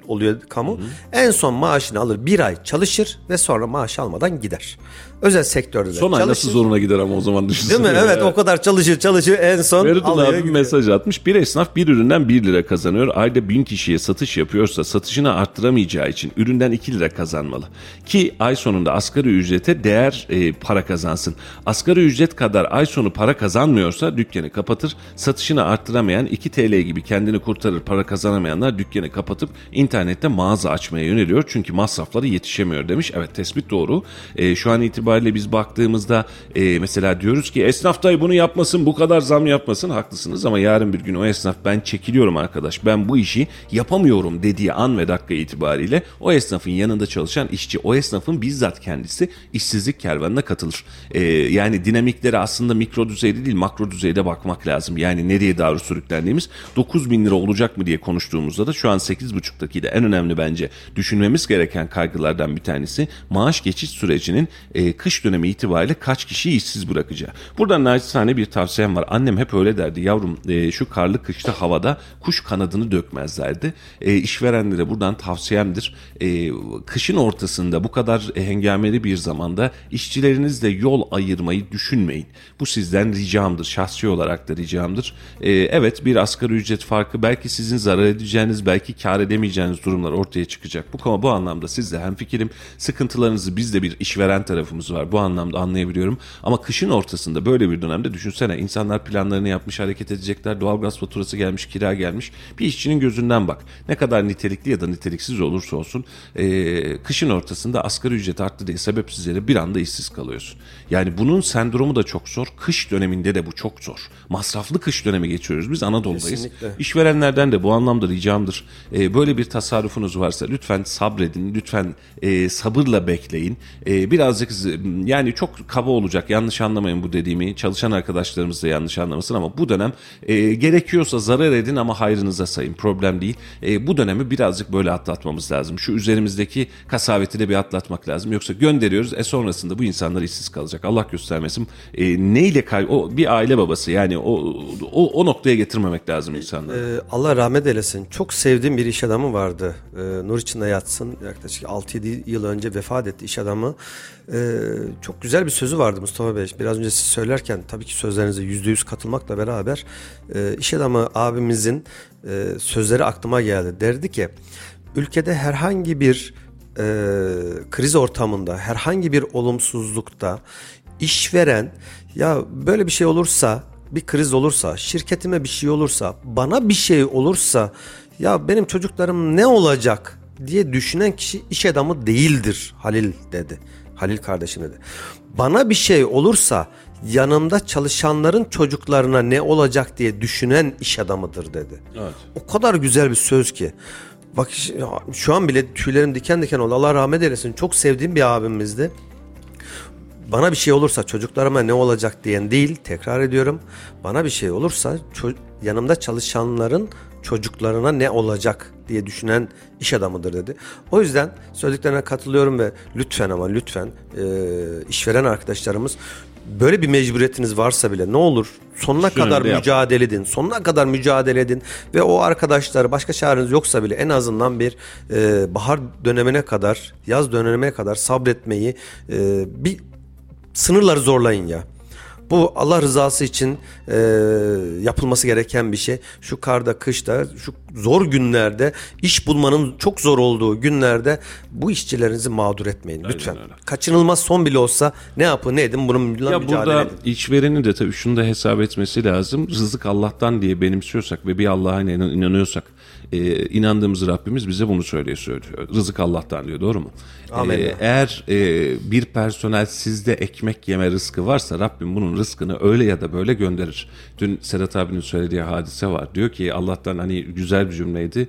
oluyor kamu. En son maaşını alır, bir ay çalışır ve sonra maaş almadan gider. Özel sektörde de Son ay nasıl zoruna gider ama o zaman düşünsene. Değil mi? Evet, o kadar çalışır en son Feridun alıyor abi gidiyor. mesaj atmış. Bir esnaf bir üründen 1 lira kazanıyor. Ayda 1000 kişiye satış yapıyorsa satışını arttıramayacağı için üründen 2 lira kazanmalı. Ki ay sonunda asgari ücrete değer para kazansın. Asgari ücret kadar ay sonu para kazanmıyorsa dükkanı kapatır. Satışını arttıramayan 2 TL gibi kendini kurtarır para kazanamayanlar dükkanı kapatıp internette mağaza açmaya yöneliyor. Çünkü masrafları yetişemiyor demiş. Evet, tespit doğru. Şu an itibariyle biz baktığımızda mesela diyoruz ki esnaf dayı bunu yapmasın, bu kadar zam yapmasın. Haklısınız ama yarın bir gün o esnaf ben çekiliyorum arkadaş, ben bu işi yapamıyorum dediği an ve dakika itibariyle o esnafın yanında çalışan işçi, o esnafın bizzat kendisi işsizlik kervanına katılır. Yani dinamikleri aslında mikro düzeyde değil makro düzeyde bakmak lazım. Yani nereye doğru sürüklendiğimiz 9.000 lira olacak mı diye konuştuğumuzda da şu an 8.5'taki de en önemli bence düşünmemiz gereken kaygılardan bir tanesi maaş geçiş sürecinin kış dönemi itibariyle kaç kişiyi işsiz bırakacağı. Buradan naçizane bir tavsiyem var. Annem hep öyle derdi. Yavrum şu karlı kışta havada kuş kanadını dökmezlerdi. İşverenlere buradan tavsiyemdir. Kışın ortasında bu kadar hengameli bir zamanda işçilerinizle yol ayırmayı düşünmeyin. Bu sizden ricamdır. Şahsi olarak da ricamdır. Evet, bir asgari ücret farkı belki sizin zarar edeceğiniz, belki kar edemeyeceğiniz durumlar ortaya çıkacak. Bu anlamda sizle hemfikirim. Sıkıntılarınızı biz de bir işveren tarafımız var. Bu anlamda anlayabiliyorum. Ama kışın ortasında böyle bir dönemde düşünsene, insanlar planlarını yapmış, hareket edecekler. Doğalgaz faturası gelmiş, kira gelmiş. Bir işçinin gözünden bak. Ne kadar nitelikli ya da niteliksiz olursa olsun kışın ortasında asgari ücret arttı diye sebepsiz yere bir anda işsiz kalıyorsun. Yani bunun sendromu da çok zor. Kış döneminde de bu çok zor. Masraflı kış dönemi geçiyoruz. Biz Anadolu'dayız. Kesinlikle. İşverenlerden de bu anlamda ricamdır. Böyle bir tasarrufunuz varsa lütfen sabredin. Lütfen sabırla bekleyin. Birazcık yani çok kaba olacak, yanlış anlamayın bu dediğimi, çalışan arkadaşlarımız da yanlış anlamasın ama bu dönem gerekiyorsa zarar edin ama hayrınıza sayın, problem değil. Bu dönemi birazcık böyle atlatmamız lazım. Şu üzerimizdeki kasaveti de bir atlatmak lazım, yoksa gönderiyoruz sonrasında bu insanlar işsiz kalacak, Allah göstermesin. Neyle o bir aile babası, yani o noktaya getirmemek lazım insanları. Allah rahmet eylesin. Çok sevdiğim bir iş adamı vardı. Nur içinde yatsın. Yaklaşık 6-7 yıl önce vefat etti iş adamı. Çok güzel bir sözü vardı Mustafa Bey. Biraz önce siz söylerken tabii ki sözlerinize %100 katılmakla beraber iş adamı abimizin sözleri aklıma geldi. Derdi ki ülkede herhangi bir kriz ortamında, herhangi bir olumsuzlukta işveren ya böyle bir şey olursa, bir kriz olursa, şirketime bir şey olursa, bana bir şey olursa ya benim çocuklarım ne olacak diye düşünen kişi iş adamı değildir Halil dedi. Halil kardeşim dedi. Bana bir şey olursa yanımda çalışanların çocuklarına ne olacak diye düşünen iş adamıdır dedi. Evet. O kadar güzel bir söz ki. Bak şu an bile tüylerim diken diken oldu. Allah rahmet eylesin. Çok sevdiğim bir abimizdi. Bana bir şey olursa çocuklarıma ne olacak diyen değil, tekrar ediyorum. Bana bir şey olursa yanımda çalışanların çocuklarına ne olacak diye düşünen iş adamıdır dedi. O yüzden söylediklerine katılıyorum ve lütfen ama lütfen işveren arkadaşlarımız, böyle bir mecburiyetiniz varsa bile ne olur sonuna kadar mücadele edin. Sonuna kadar mücadele edin ve o arkadaşlar, başka çareniz yoksa bile en azından bir bahar dönemine kadar, yaz dönemine kadar sabretmeyi, bir sınırları zorlayın ya. Bu Allah rızası için yapılması gereken bir şey. Şu karda, kışta, şu zor günlerde, iş bulmanın çok zor olduğu günlerde bu işçilerinizi mağdur etmeyin lütfen. Öyle. Kaçınılmaz son bile olsa ne yapın ne edin bunun mücadele edin. Burada işverenin de tabii şunu da hesap etmesi lazım. Rızık Allah'tan diye benimsiyorsak ve bir Allah'a inanıyorsak, inandığımız Rabbimiz bize bunu söylüyor. Rızık Allah'tan diyor, doğru mu? Eğer bir personel sizde ekmek yeme rızkı varsa Rabbim bunun rızkını öyle ya da böyle gönderir. Dün Serhat abinin söylediği hadise var. Diyor ki Allah'tan, hani güzel bir cümleydi.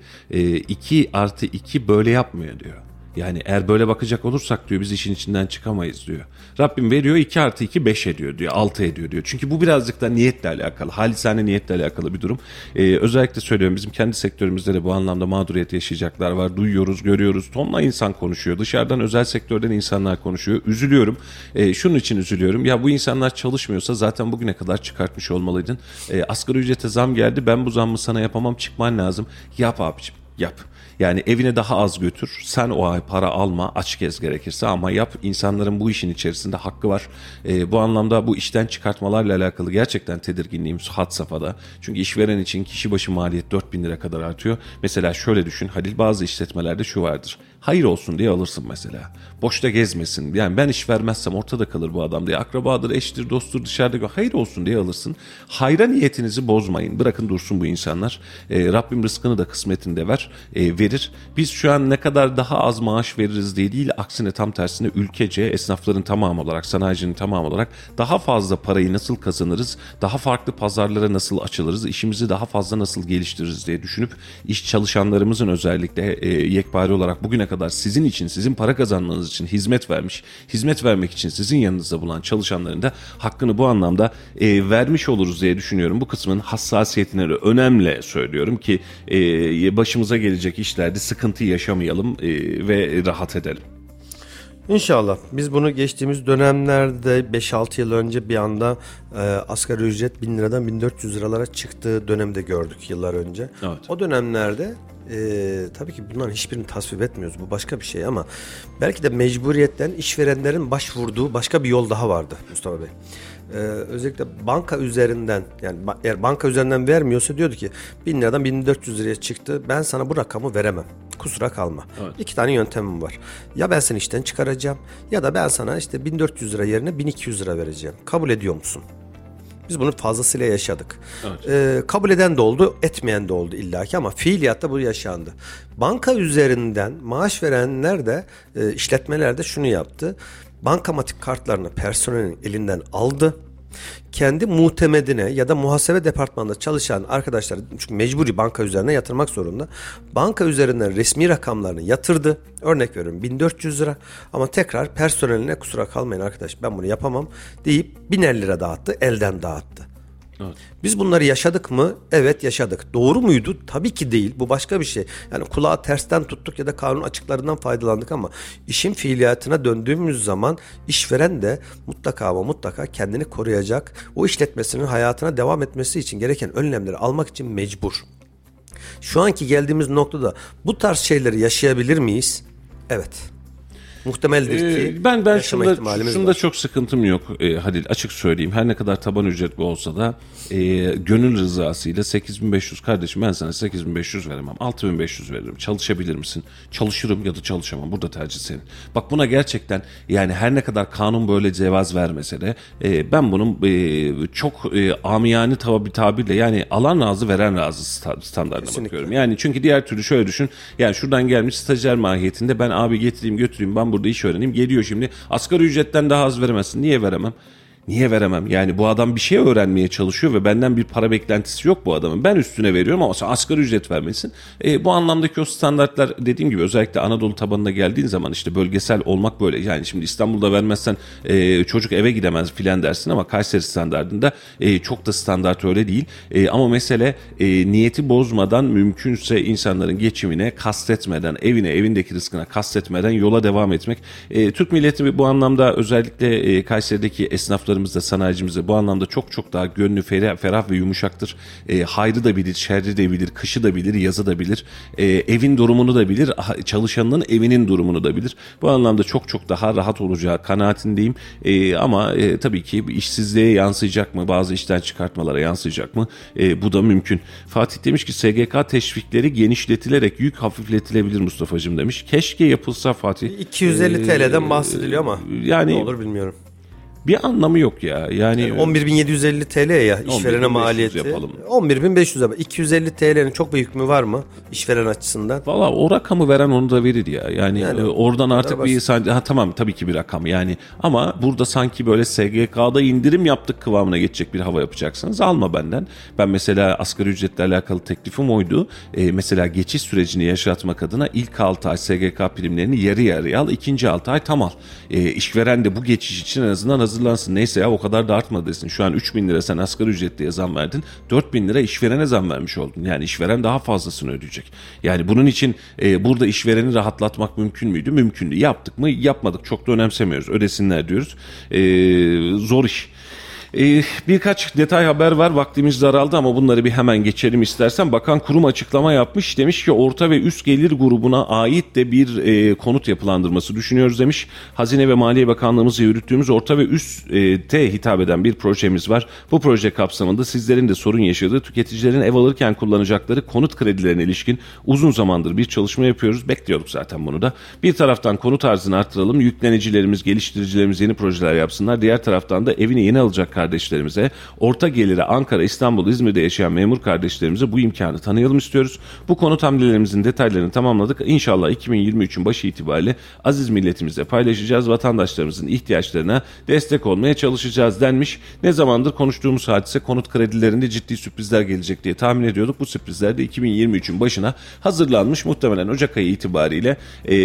2+2 böyle yapmıyor diyor. Yani eğer böyle bakacak olursak diyor biz işin içinden çıkamayız diyor. Rabbim veriyor, 2+2 5 ediyor diyor, 6 ediyor diyor. Çünkü bu birazcık da niyetle alakalı, halisane niyetle alakalı bir durum. Özellikle söylüyorum, bizim kendi sektörümüzde de bu anlamda mağduriyet yaşayacaklar var. Duyuyoruz, görüyoruz. Tonla insan konuşuyor. Dışarıdan özel sektörden insanlar konuşuyor. Üzülüyorum. Şunun için üzülüyorum. Ya bu insanlar çalışmıyorsa zaten bugüne kadar çıkartmış olmalıydın. Asgari ücrete zam geldi. Ben bu zammı sana yapamam, çıkman lazım. Yap abiciğim. Yap. Yani evine daha az götür. Sen o ay para alma, aç gez gerekirse ama yap. İnsanların bu işin içerisinde hakkı var. Bu anlamda bu işten çıkartmalarla alakalı gerçekten tedirginliğim had safhada. Çünkü işveren için kişi başı maliyet 4.000 lira kadar artıyor. Mesela şöyle düşün Halil, bazı işletmelerde şu vardır. Hayır olsun diye alırsın mesela. Boşta gezmesin. Yani ben iş vermezsem ortada kalır bu adam diye. Akrabadır, eştir, dosttur, dışarıda. Hayır olsun diye alırsın. Hayra niyetinizi bozmayın. Bırakın dursun bu insanlar. Rabbim rızkını da kısmetini de verir. Biz şu an ne kadar daha az maaş veririz diye değil. Aksine tam tersine ülkece esnafların tamamı olarak, sanayicinin tamamı olarak daha fazla parayı nasıl kazanırız? Daha farklı pazarlara nasıl açılırız? İşimizi daha fazla nasıl geliştiririz diye düşünüp iş çalışanlarımızın özellikle yekpare olarak bugüne kadar sizin için, sizin para kazanmanız için hizmet vermiş, hizmet vermek için sizin yanınızda bulunan çalışanların da hakkını bu anlamda vermiş oluruz diye düşünüyorum. Bu kısmın hassasiyetini önemli söylüyorum ki başımıza gelecek işlerde sıkıntı yaşamayalım ve rahat edelim. İnşallah. Biz bunu geçtiğimiz dönemlerde 5-6 yıl önce bir anda asgari ücret 1000 liradan 1400 liralara çıktığı dönemde gördük yıllar önce. Evet. O dönemlerde tabii ki bunların hiçbirini tasvip etmiyoruz. Bu başka bir şey ama belki de mecburiyetten işverenlerin başvurduğu başka bir yol daha vardı Mustafa Bey. Özellikle banka üzerinden, yani eğer banka üzerinden vermiyorsa diyordu ki 1000 liradan 1400 liraya çıktı, ben sana bu rakamı veremem, kusura kalma. Evet. 2 tane yöntemim var. Ya ben seni işten çıkaracağım ya da ben sana işte 1400 lira yerine 1200 lira vereceğim. Kabul ediyor musun? Biz bunu fazlasıyla yaşadık. Evet. Kabul eden de oldu, etmeyen de oldu illaki ama fiiliyatta bu yaşandı. Banka üzerinden maaş verenler de, işletmeler de şunu yaptı. Bankamatik kartlarını personelin elinden aldı. Kendi muhtemedine ya da muhasebe departmanında çalışan arkadaşlar, çünkü mecburi banka üzerine yatırmak zorunda. Banka üzerinden resmi rakamlarını yatırdı. Örnek veriyorum 1400 lira ama tekrar personeline kusura kalmayın arkadaş ben bunu yapamam deyip 1050 lira dağıttı, elden dağıttı. Evet. Biz bunları yaşadık mı? Evet yaşadık. Doğru muydu? Tabii ki değil. Bu başka bir şey. Yani kulağı tersten tuttuk ya da kanun açıklarından faydalandık ama işin fiiliyatına döndüğümüz zaman işveren de mutlaka ama mutlaka kendini koruyacak. O işletmesinin hayatına devam etmesi için gereken önlemleri almak için mecbur. Şu anki geldiğimiz noktada bu tarz şeyleri yaşayabilir miyiz? Evet. Muhtemeldir ki ben şunda çok sıkıntım yok Halil, açık söyleyeyim. Her ne kadar taban ücret bu olsa da gönül rızasıyla 8500 kardeşim, ben sana 8500 veremem, 6500 veririm, çalışabilir misin? Çalışırım ya da çalışamam, burada tercih senin. Bak buna gerçekten yani her ne kadar kanun böyle cevaz vermese de ben bunun çok amiyane tabirle yani alan razı veren razı standartına kesinlikle bakıyorum. Yani çünkü diğer türlü şöyle düşün, yani şuradan gelmiş stajyer mahiyetinde ben abi getireyim götüreyim, ben burada iş öğreneyim, geliyor şimdi asgari ücretten daha az veremezsin. Niye veremem? Niye veremem? Yani bu adam bir şey öğrenmeye çalışıyor ve benden bir para beklentisi yok bu adamın. Ben üstüne veriyorum ama sen asgari ücret vermesin. Bu anlamdaki o standartlar dediğim gibi özellikle Anadolu tabanına geldiğin zaman işte bölgesel olmak böyle. Yani şimdi İstanbul'da vermezsen çocuk eve gidemez filan dersin ama Kayseri standartında çok da standart öyle değil. Ama mesele niyeti bozmadan mümkünse insanların geçimine kastetmeden, evindeki rızkına kastetmeden yola devam etmek. Türk milleti bu anlamda özellikle Kayseri'deki esnaflar da sanayicimize bu anlamda çok çok daha gönlü ferah ve yumuşaktır. Hayrı da bilir, şerri de bilir, kışı da bilir, yazı da bilir. Evin durumunu da bilir, çalışanının evinin durumunu da bilir. Bu anlamda çok çok daha rahat olacağı kanaatindeyim. Ama tabii ki işsizliğe yansıyacak mı? Bazı işten çıkartmalara yansıyacak mı? Bu da mümkün. Fatih demiş ki SGK teşvikleri genişletilerek yük hafifletilebilir Mustafa'cığım demiş. Keşke yapılsa Fatih. 250 TL'den bahsediliyor ama yani ne olur bilmiyorum. Bir anlamı yok ya. Yani 11.750 TL ya işverene maliyeti. 11.500 ama 250 TL'nin çok bir hükmü var mı işveren açısından? Valla o rakamı veren onu da verir ya. Yani oradan artık bir tamam tabii ki bir rakam yani ama burada sanki böyle SGK'da indirim yaptık kıvamına geçecek bir hava yapacaksınız. Alma benden. Ben mesela asgari ücretle alakalı teklifim oydu. Mesela geçiş sürecini yaşatmak adına ilk 6 ay SGK primlerini yarı yarıya al. İkinci 6 ay tam al. İşveren de bu geçiş için en azından hazırlansın. Neyse ya o kadar da artmadı desin. Şu an 3.000 lira sen asgari ücretliye zam verdin. 4.000 lira işverene zam vermiş oldun. Yani işveren daha fazlasını ödeyecek. Yani bunun için burada işvereni rahatlatmak mümkün müydü? Mümkündü. Yaptık mı? Yapmadık. Çok da önemsemiyoruz. Ödesinler diyoruz. Zor iş. Birkaç detay haber var. Vaktimiz daraldı ama bunları bir hemen geçelim istersen. Bakan kurum açıklama yapmış. Demiş ki orta ve üst gelir grubuna ait de bir konut yapılandırması düşünüyoruz demiş. Hazine ve Maliye Bakanlığımızla yürüttüğümüz orta ve üste hitap eden bir projemiz var. Bu proje kapsamında sizlerin de sorun yaşadığı tüketicilerin ev alırken kullanacakları konut kredilerine ilişkin uzun zamandır bir çalışma yapıyoruz. Bekliyorduk zaten bunu da. Bir taraftan konut arzını arttıralım. Yüklenicilerimiz, geliştiricilerimiz yeni projeler yapsınlar. Diğer taraftan da evini yeni alacak kardeşlerimize, orta gelire Ankara, İstanbul, İzmir'de yaşayan memur kardeşlerimize bu imkanı tanıyalım istiyoruz. Bu konut hamlelerimizin detaylarını tamamladık. İnşallah 2023'ün başı itibariyle aziz milletimizle paylaşacağız. Vatandaşlarımızın ihtiyaçlarına destek olmaya çalışacağız denmiş. Ne zamandır konuştuğumuz hadise konut kredilerinde ciddi sürprizler gelecek diye tahmin ediyorduk. Bu sürprizler de 2023'ün başına hazırlanmış. Muhtemelen Ocak ayı itibariyle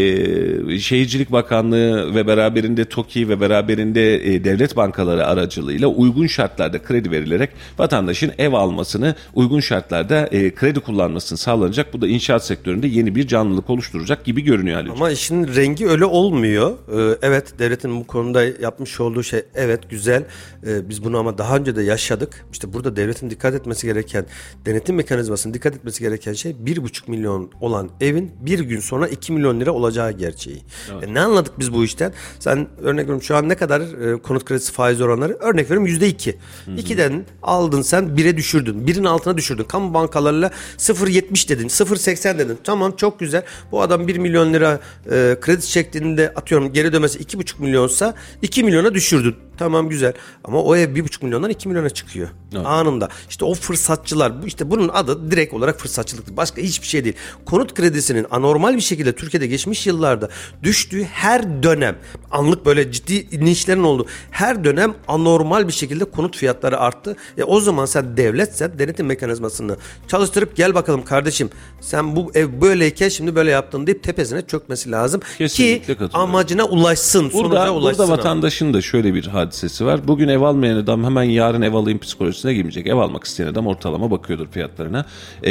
Şehircilik Bakanlığı ve beraberinde TOKİ ve beraberinde devlet bankaları aracılığıyla uygun şartlarda kredi verilerek vatandaşın ev almasını, uygun şartlarda kredi kullanmasını sağlanacak. Bu da inşaat sektöründe yeni bir canlılık oluşturacak gibi görünüyor Ali Hocam. Ama işin rengi öyle olmuyor. Evet, devletin bu konuda yapmış olduğu şey evet güzel. Biz bunu ama daha önce de yaşadık. İşte burada devletin dikkat etmesi gereken, denetim mekanizmasının dikkat etmesi gereken şey 1,5 milyon olan evin bir gün sonra 2 milyon lira olacağı gerçeği. Evet. Ne anladık biz bu işten? Sen örnek veriyorum şu an ne kadar konut kredisi faiz oranları? Örnek veriyorum %2. 2'den aldın sen 1'e düşürdün. 1'in altına düşürdün. Kamu bankalarıyla 0,70 dedin. 0,80 dedin. Tamam, çok güzel. Bu adam 1 milyon lira kredi çektiğinde atıyorum geri dönmesi 2,5 milyonsa 2 milyona düşürdün. Tamam, güzel. Ama o ev 1,5 milyondan 2 milyona çıkıyor. Evet. Anında. İşte o fırsatçılar, işte bunun adı direkt olarak fırsatçılıktır. Başka hiçbir şey değil. Konut kredisinin anormal bir şekilde Türkiye'de geçmiş yıllarda düştüğü her dönem, anlık böyle ciddi inişlerin olduğu her dönem anormal bir şekilde konut fiyatları arttı. O zaman sen devletsen denetim mekanizmasını çalıştırıp gel bakalım kardeşim sen bu ev böyleyken şimdi böyle yaptın deyip tepesine çökmesi lazım. Kesinlikle ki amacına ulaşsın, sonuca ulaşsın. Burada vatandaşın da şöyle bir hadisesi var. Bugün ev almayan adam hemen yarın ev alayım psikolojisine girmeyecek. Ev almak isteyen adam ortalama bakıyordur fiyatlarına.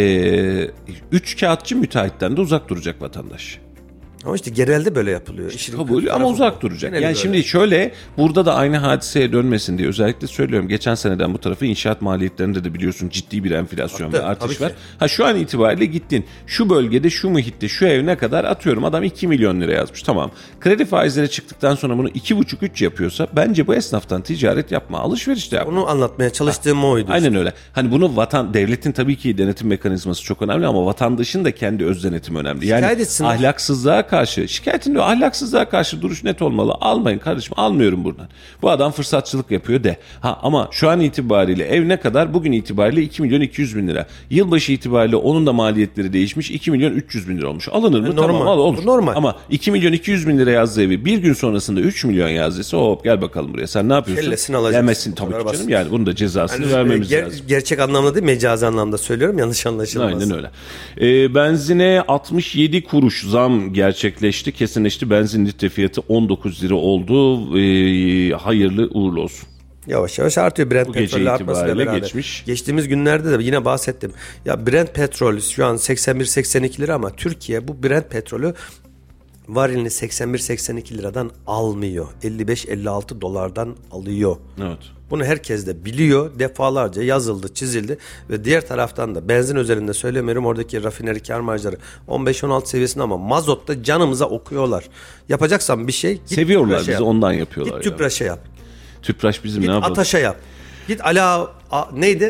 3 kağıtçı müteahhitten de uzak duracak vatandaş. Ama işte genelde böyle yapılıyor. Kabul ama uzak duracak. Yani şimdi şöyle, burada da aynı hadiseye dönmesin diye özellikle söylüyorum. Geçen seneden bu tarafa inşaat maliyetlerinde de biliyorsun ciddi bir enflasyon ve artış var. Şu an itibariyle gittin. Şu bölgede, şu muhitte, şu ev ne kadar, atıyorum adam 2 milyon lira yazmış. Tamam. Kredi faizleri çıktıktan sonra bunu 2,5-3 yapıyorsa bence bu esnaftan ticaret yapma, alışveriş de yapma. Onu anlatmaya çalıştığım oydu. Aynen öyle. Hani bunu devletin tabii ki denetim mekanizması çok önemli ama vatandaşın da kendi öz denetimi önemli. Yani ahlaksızlığa karşı, şikayetinde ahlaksızlığa karşı duruş net olmalı. Almayın kardeşim, almıyorum buradan. Bu adam fırsatçılık yapıyor de. Ama şu an itibariyle ev ne kadar? Bugün itibariyle 2 milyon 200 bin lira. Yılbaşı itibariyle onun da maliyetleri değişmiş. 2 milyon 300 bin lira olmuş. Alınır mı? Normal. Tamam, olur. Normal. Ama 2 milyon 200 bin lira yazdığı evi bir gün sonrasında 3 milyon yazdıysa hop gel bakalım buraya. Sen ne yapıyorsun? Kellesini alacaksın. Yemezsin tabii ki canım. Yani bunun da cezasını vermemiz lazım. Gerçek anlamda değil, mecazi anlamda söylüyorum. Yanlış anlaşılmaz. Aynen öyle. Benzine 67 kuruş zam gerçekleşti. Kesinleşti. Benzin litre fiyatı 19 lira oldu. Hayırlı uğurlu olsun. Yavaş yavaş artıyor Brent petrol artmasıyla beraber. Geçmiş. Geçtiğimiz günlerde de yine bahsettim. Ya Brent petrol şu an 81-82 lira ama Türkiye bu Brent petrolü varilini 81-82 liradan almıyor. 55-56 dolardan alıyor. Evet. Bunu herkes de biliyor. Defalarca yazıldı, çizildi ve diğer taraftan da benzin özelinde söylemiyorum. Oradaki rafineri kâr marjları 15-16 seviyesinde ama mazotta canımıza okuyorlar. Yapacaksan bir şey git seviyorlar bizi, ondan yapıyorlar. Git tüpraşa yap. Tüpraş bizim git ne yapalım? Git Ataş'a yap. Git neydi?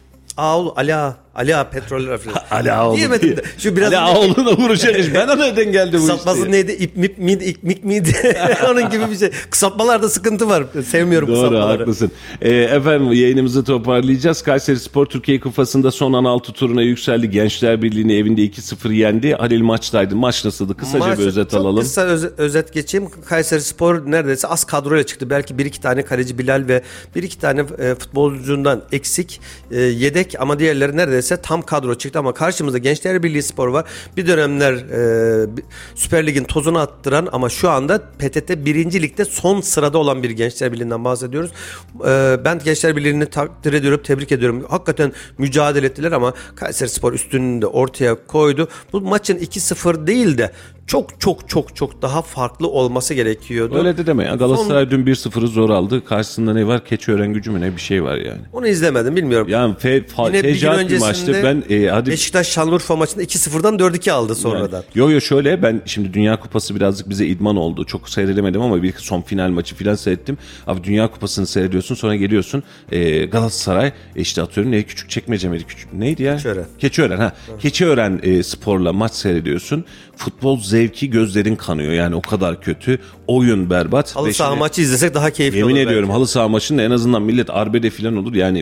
Ali petrol rafineri. Ali Ağoğlu. Diyemedim de. Şu biraz Ali Ağoğlu'na vuracak. Ben o nereden geldi bu işte? Kısaltması neydi? İpmik miydi? Onun gibi bir şey. Kısaltmalarda sıkıntı var. Sevmiyorum kısaltmaları. Doğru, haklısın. Efendim yayınımızı toparlayacağız. Kayserispor Türkiye Kupası'nda son 16 turuna yükseldi. Gençler Birliği'ni evinde 2-0 yendi. Halil maçtaydı. Maç nasıldı? Kısaca bir özet alalım. Kısa özet geçeyim. Kayserispor neredeyse az kadroyla çıktı. Belki 1-2 tane kaleci Bilal ve 1-2 tane futbolcundan eksik. Yedek ama diğerleri neredeyse tam kadro çıktı ama karşımızda Gençler Birliği Spor var. Bir dönemler Süper Lig'in tozunu attıran ama şu anda PTT 1. Lig'de son sırada olan bir Gençler Birliği'nden bahsediyoruz. Ben Gençler Birliği'ni takdir ediyorum, tebrik ediyorum. Hakikaten mücadele ettiler ama Kayserispor üstünlüğünü de ortaya koydu. Bu maçın 2-0 değil de çok çok çok çok daha farklı olması gerekiyordu. Öyle de deme ya. Galatasaray dün 1-0'ı zor aldı. Karşısında ne var? Keçiören Gücü mü ne bir şey var yani. Onu izlemedim, bilmiyorum. Yani Yine bir gün bir maçtı. öncesinde Hadi Beşiktaş Şanlıurfa maçında 2-0'dan 4-2 aldı sonradan. Yo şöyle, ben şimdi Dünya Kupası birazcık bize idman oldu. Çok seyredemedim ama bir son final maçı falan seyrettim. Abi Dünya Kupası'nı seyrediyorsun, sonra geliyorsun Galatasaray işte atıyorum Küçükçekmece miydi? Neydi ya? Keçiören. Keçiören Spor'la maç seyrediyorsun. Futbol zevki, gözlerin kanıyor. Yani o kadar kötü. Oyun berbat. Halı saha maçı izlesek daha keyifli yemin olur. Yemin ediyorum belki. halı saha maçında en azından millet arbede falan olur. Yani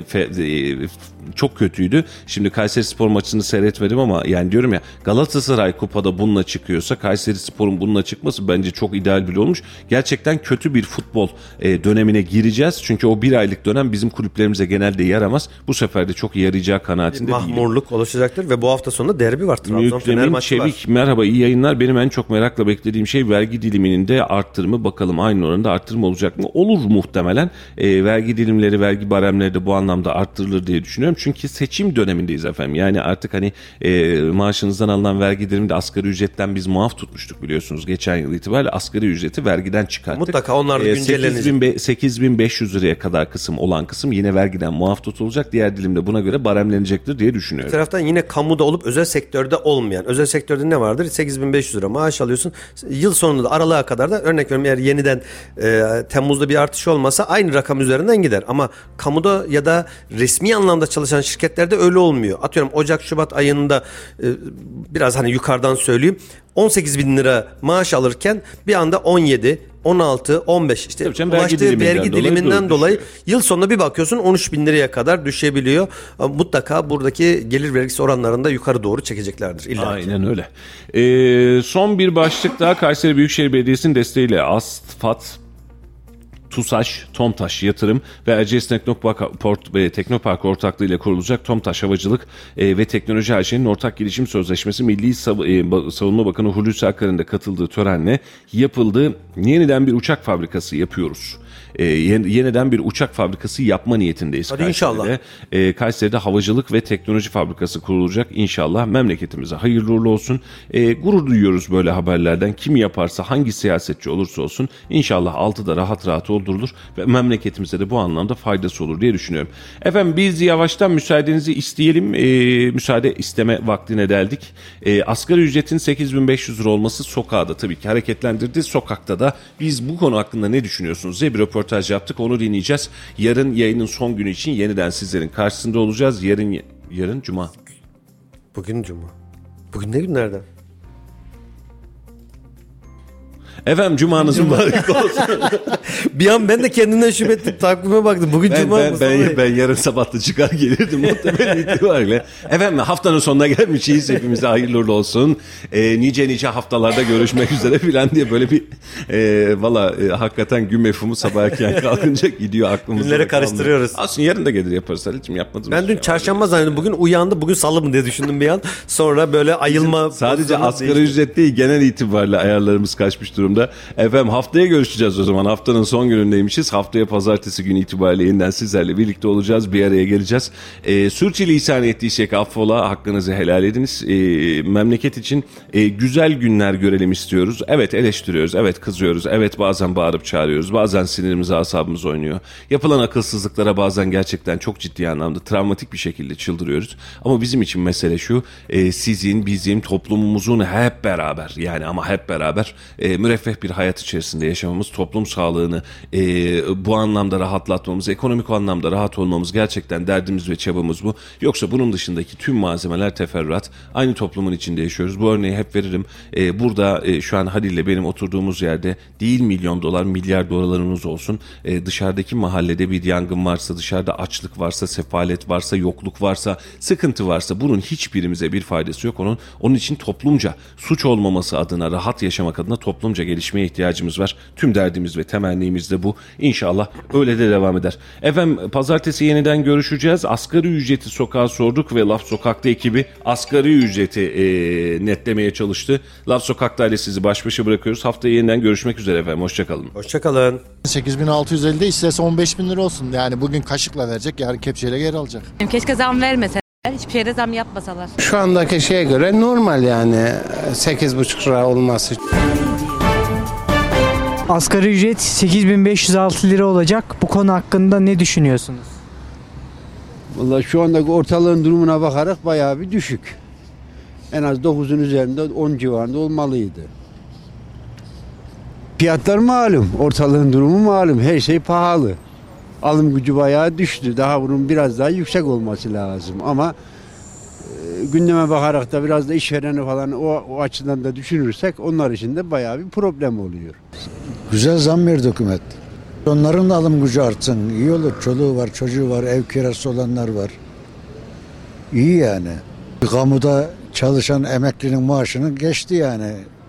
çok kötüydü. Şimdi Kayserispor maçını seyretmedim ama yani diyorum ya, Galatasaray kupada bununla çıkıyorsa Kayserispor'un bununla çıkması bence çok ideal bile olmuş. Gerçekten kötü bir futbol dönemine gireceğiz. Çünkü o bir aylık dönem bizim kulüplerimize genelde yaramaz. Bu sefer de çok yarayacağı kanaatinde değilim. Mahmurluk oluşacaktır ve bu hafta sonunda derbi var. Trabzon Fener maçı var. Çevik, merhaba, iyi yayınlar. Benim en çok merakla beklediğim şey vergi diliminin de arttırımı. Bakalım aynı oranda arttırma olacak mı? Olur muhtemelen. Vergi dilimleri, vergi baremleri de bu anlamda arttırılır diye düşünüyorum. Çünkü seçim dönemindeyiz efendim. Yani artık hani maaşınızdan alınan vergi dilimini de asgari ücretten biz muaf tutmuştuk biliyorsunuz. Geçen yıl itibariyle asgari ücreti vergiden çıkarttık. Mutlaka onlar da güncellenecek. 8.500 liraya kadar olan kısım yine vergiden muaf tutulacak. Diğer dilimde buna göre baremlenecektir diye düşünüyorum. Bir taraftan yine kamuda olup özel sektörde olmayan. Özel sektörde ne vardır? 8.500 lira maaş alıyorsun. Yıl sonunda aralığa kadar da, örnek veriyorum, eğer yeniden Temmuz'da bir artış olmasa aynı rakam üzerinden gider. Ama kamuda ya da resmi anlamda çalışan şirketlerde öyle olmuyor. Atıyorum Ocak-Şubat ayında biraz hani yukarıdan söyleyeyim, 18 bin lira maaş alırken bir anda 17, 16, 15 işte ulaştığı vergi diliminden dolayı yıl sonunda bir bakıyorsun 13 bin liraya kadar düşebiliyor. Mutlaka buradaki gelir vergisi oranlarında yukarı doğru çekeceklerdir. İlla Aynen öyle. Son bir başlık daha. Kayseri Büyükşehir Belediyesi'nin desteğiyle Asfat, TUSAŞ, TOMTAŞ Yatırım ve Erciyes Teknopark ortaklığıyla kurulacak TOMTAŞ Havacılık ve Teknoloji AŞ'nin ortak girişim sözleşmesi Milli Savunma Bakanı Hulusi Akar'ın da katıldığı törenle yapıldı. Yeniden bir uçak fabrikası yapıyoruz. Yeniden bir uçak fabrikası yapma niyetindeyiz. Hadi inşallah. Kayseri'de havacılık ve teknoloji fabrikası kurulacak. İnşallah memleketimize hayırlı uğurlu olsun. Gurur duyuyoruz böyle haberlerden. Kim yaparsa, hangi siyasetçi olursa olsun inşallah altı da rahat rahat doldurulur ve memleketimize de bu anlamda faydası olur diye düşünüyorum. Efendim biz yavaştan müsaadenizi isteyelim. Müsaade isteme vaktine geldik. Asgari ücretin 8.500 lira olması sokağı da tabii ki hareketlendirdi. Sokakta da biz bu konu hakkında ne düşünüyorsunuz diye bir röportaj yaptık. Onu dinleyeceğiz. Yarın yayının son günü için yeniden sizlerin karşısında olacağız. Yarın Cuma. Bugün Cuma. Bugün ne günlerden? Efendim cumanız mübarek olsun. Bir an ben de kendimden şüphe ettim. Takvime baktım. Bugün Cuma mı? Ben yarın sabah da çıkar gelirdim muhtemelen itibariyle. Efendim haftanın sonuna gelmişiz. Hepimize hayırlı uğurlu olsun. Nice haftalarda görüşmek üzere falan diye böyle bir valla hakikaten gün mefhumu sabah erken kalkınca gidiyor aklımızda. Günleri karıştırıyoruz. Aslında yarın da gelir yaparız. Halicim yapmadım. Ben dün çarşamba zannediyordum. Bugün uyandı. Bugün salı mı diye düşündüm bir an. Sonra böyle ayılma. Sadece asgari ücret değil, genel itibariyle ayarlarımız kaçmış durumda. Efendim haftaya görüşeceğiz o zaman. Haftanın son günündeymişiz. Haftaya pazartesi günü itibariyle yeniden sizlerle birlikte olacağız. Bir araya geleceğiz. Sürçülisan ettiysek affola, hakkınızı helal ediniz. Memleket için güzel günler görelim istiyoruz. Evet eleştiriyoruz. Evet kızıyoruz. Evet bazen bağırıp çağırıyoruz. Bazen sinirimiz, asabımız oynuyor. Yapılan akılsızlıklara bazen gerçekten çok ciddi anlamda travmatik bir şekilde çıldırıyoruz. Ama bizim için mesele şu. Sizin, bizim, toplumumuzun hep beraber, yani ama hep beraber müreffeh bir hayat içerisinde yaşamamız, toplum sağlığını bu anlamda rahatlatmamız, ekonomik anlamda rahat olmamız gerçekten derdimiz ve çabamız bu. Yoksa bunun dışındaki tüm malzemeler teferruat. Aynı toplumun içinde yaşıyoruz. Bu örneği hep veririm. Burada şu an Halil'le benim oturduğumuz yerde değil milyon dolar, milyar dolarlarımız olsun. Dışarıdaki mahallede bir yangın varsa, dışarıda açlık varsa, sefalet varsa, yokluk varsa, sıkıntı varsa bunun hiçbirimize bir faydası yok. Onun için toplumca suç olmaması adına, rahat yaşamak adına toplumca gelişmeye ihtiyacımız var. Tüm derdimiz ve temennimiz de bu. İnşallah öyle de devam eder. Efendim pazartesi yeniden görüşeceğiz. Asgari ücreti sokağa sorduk ve Laf Sokak'ta ekibi asgari ücreti netlemeye çalıştı. Laf Sokak'ta ile sizi baş başa bırakıyoruz. Haftaya yeniden görüşmek üzere efendim. Hoşçakalın. Hoşçakalın. 8.650'de istese 15.000 lira olsun. Yani bugün kaşıkla verecek, yarın kepçeyle geri alacak. Keşke zam vermese. Hiçbir şeyde zam yapmasalar. Şu andaki şeye göre normal yani 8,5 lira olması. Asgari ücret 8.506 lira olacak. Bu konu hakkında ne düşünüyorsunuz? Vallahi şu andaki ortalığın durumuna bakarak bayağı bir düşük. En az 9'un üzerinde 10 civarında olmalıydı. Fiyatlar malum, ortalığın durumu malum, her şey pahalı. Alım gücü bayağı düştü. Daha bunun biraz daha yüksek olması lazım ama gündeme bakarak da biraz da işvereni falan o açıdan da düşünürsek onlar için de bayağı bir problem oluyor. Güzel zam verdi hükümet. Onların da alım gücü artsın. İyi olur. Çoluğu var, çocuğu var, ev kirası olanlar var. İyi yani. Kamuda çalışan emeklinin maaşını geçti yani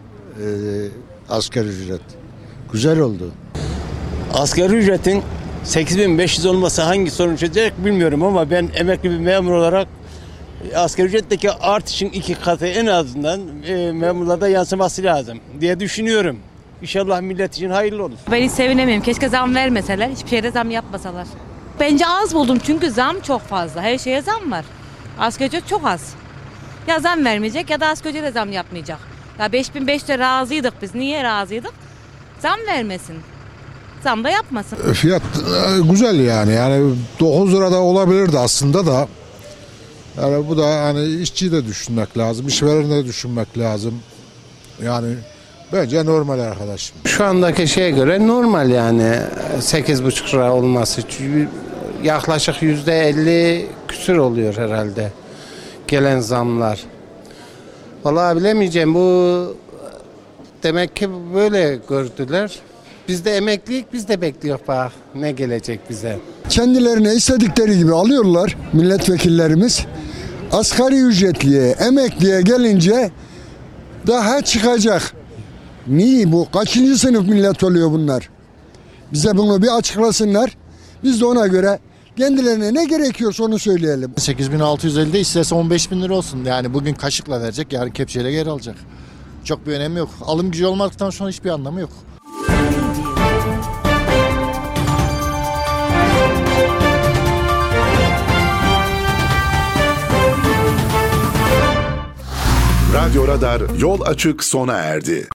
asgari ücret. Güzel oldu. Asgari ücretin 8.500 olması hangi sorun çözecek bilmiyorum ama ben emekli bir memur olarak asgari ücretteki artışın 2 katı en azından memurlarda yansıması lazım diye düşünüyorum. İnşallah millet için hayırlı olur. Ben hiç sevinemiyorum. Keşke zam vermeseler. Hiçbir şeyde zam yapmasalar. Bence az buldum çünkü zam çok fazla. Her şeye zam var. Asgari ücret çok az. Ya zam vermeyecek ya da asgari ücrete zam yapmayacak. Ya 5.500'e razıydık biz. Niye razıydık? Zam vermesin. Zam da yapmasın. Fiyat güzel yani 9 lira da olabilirdi aslında da. Yani bu da hani işçiyi de düşünmek lazım, işvereni de düşünmek lazım. Yani bence normal arkadaşım. Şu andaki şeye göre normal yani 8,5 lira olması. Yaklaşık %50 küsür oluyor herhalde gelen zamlar. Vallahi bilemeyeceğim, bu demek ki böyle gördüler. Biz de emekliyiz, biz de bekliyoruz bak ne gelecek bize. Kendilerine istedikleri gibi alıyorlar milletvekillerimiz. Asgari ücretliye, emekliye gelince daha çıkacak. Niye bu? Kaçıncı sınıf millet oluyor bunlar? Bize bunu bir açıklasınlar. Biz de ona göre kendilerine ne gerekiyorsa onu söyleyelim. 8.650 de istese 15.000 lira olsun. Yani bugün kaşıkla verecek, yarın kepçeyle geri alacak. Çok bir önemi yok. Alım gücü olmadıktan sonra hiçbir anlamı yok. Radyo Radar yol açık sona erdi.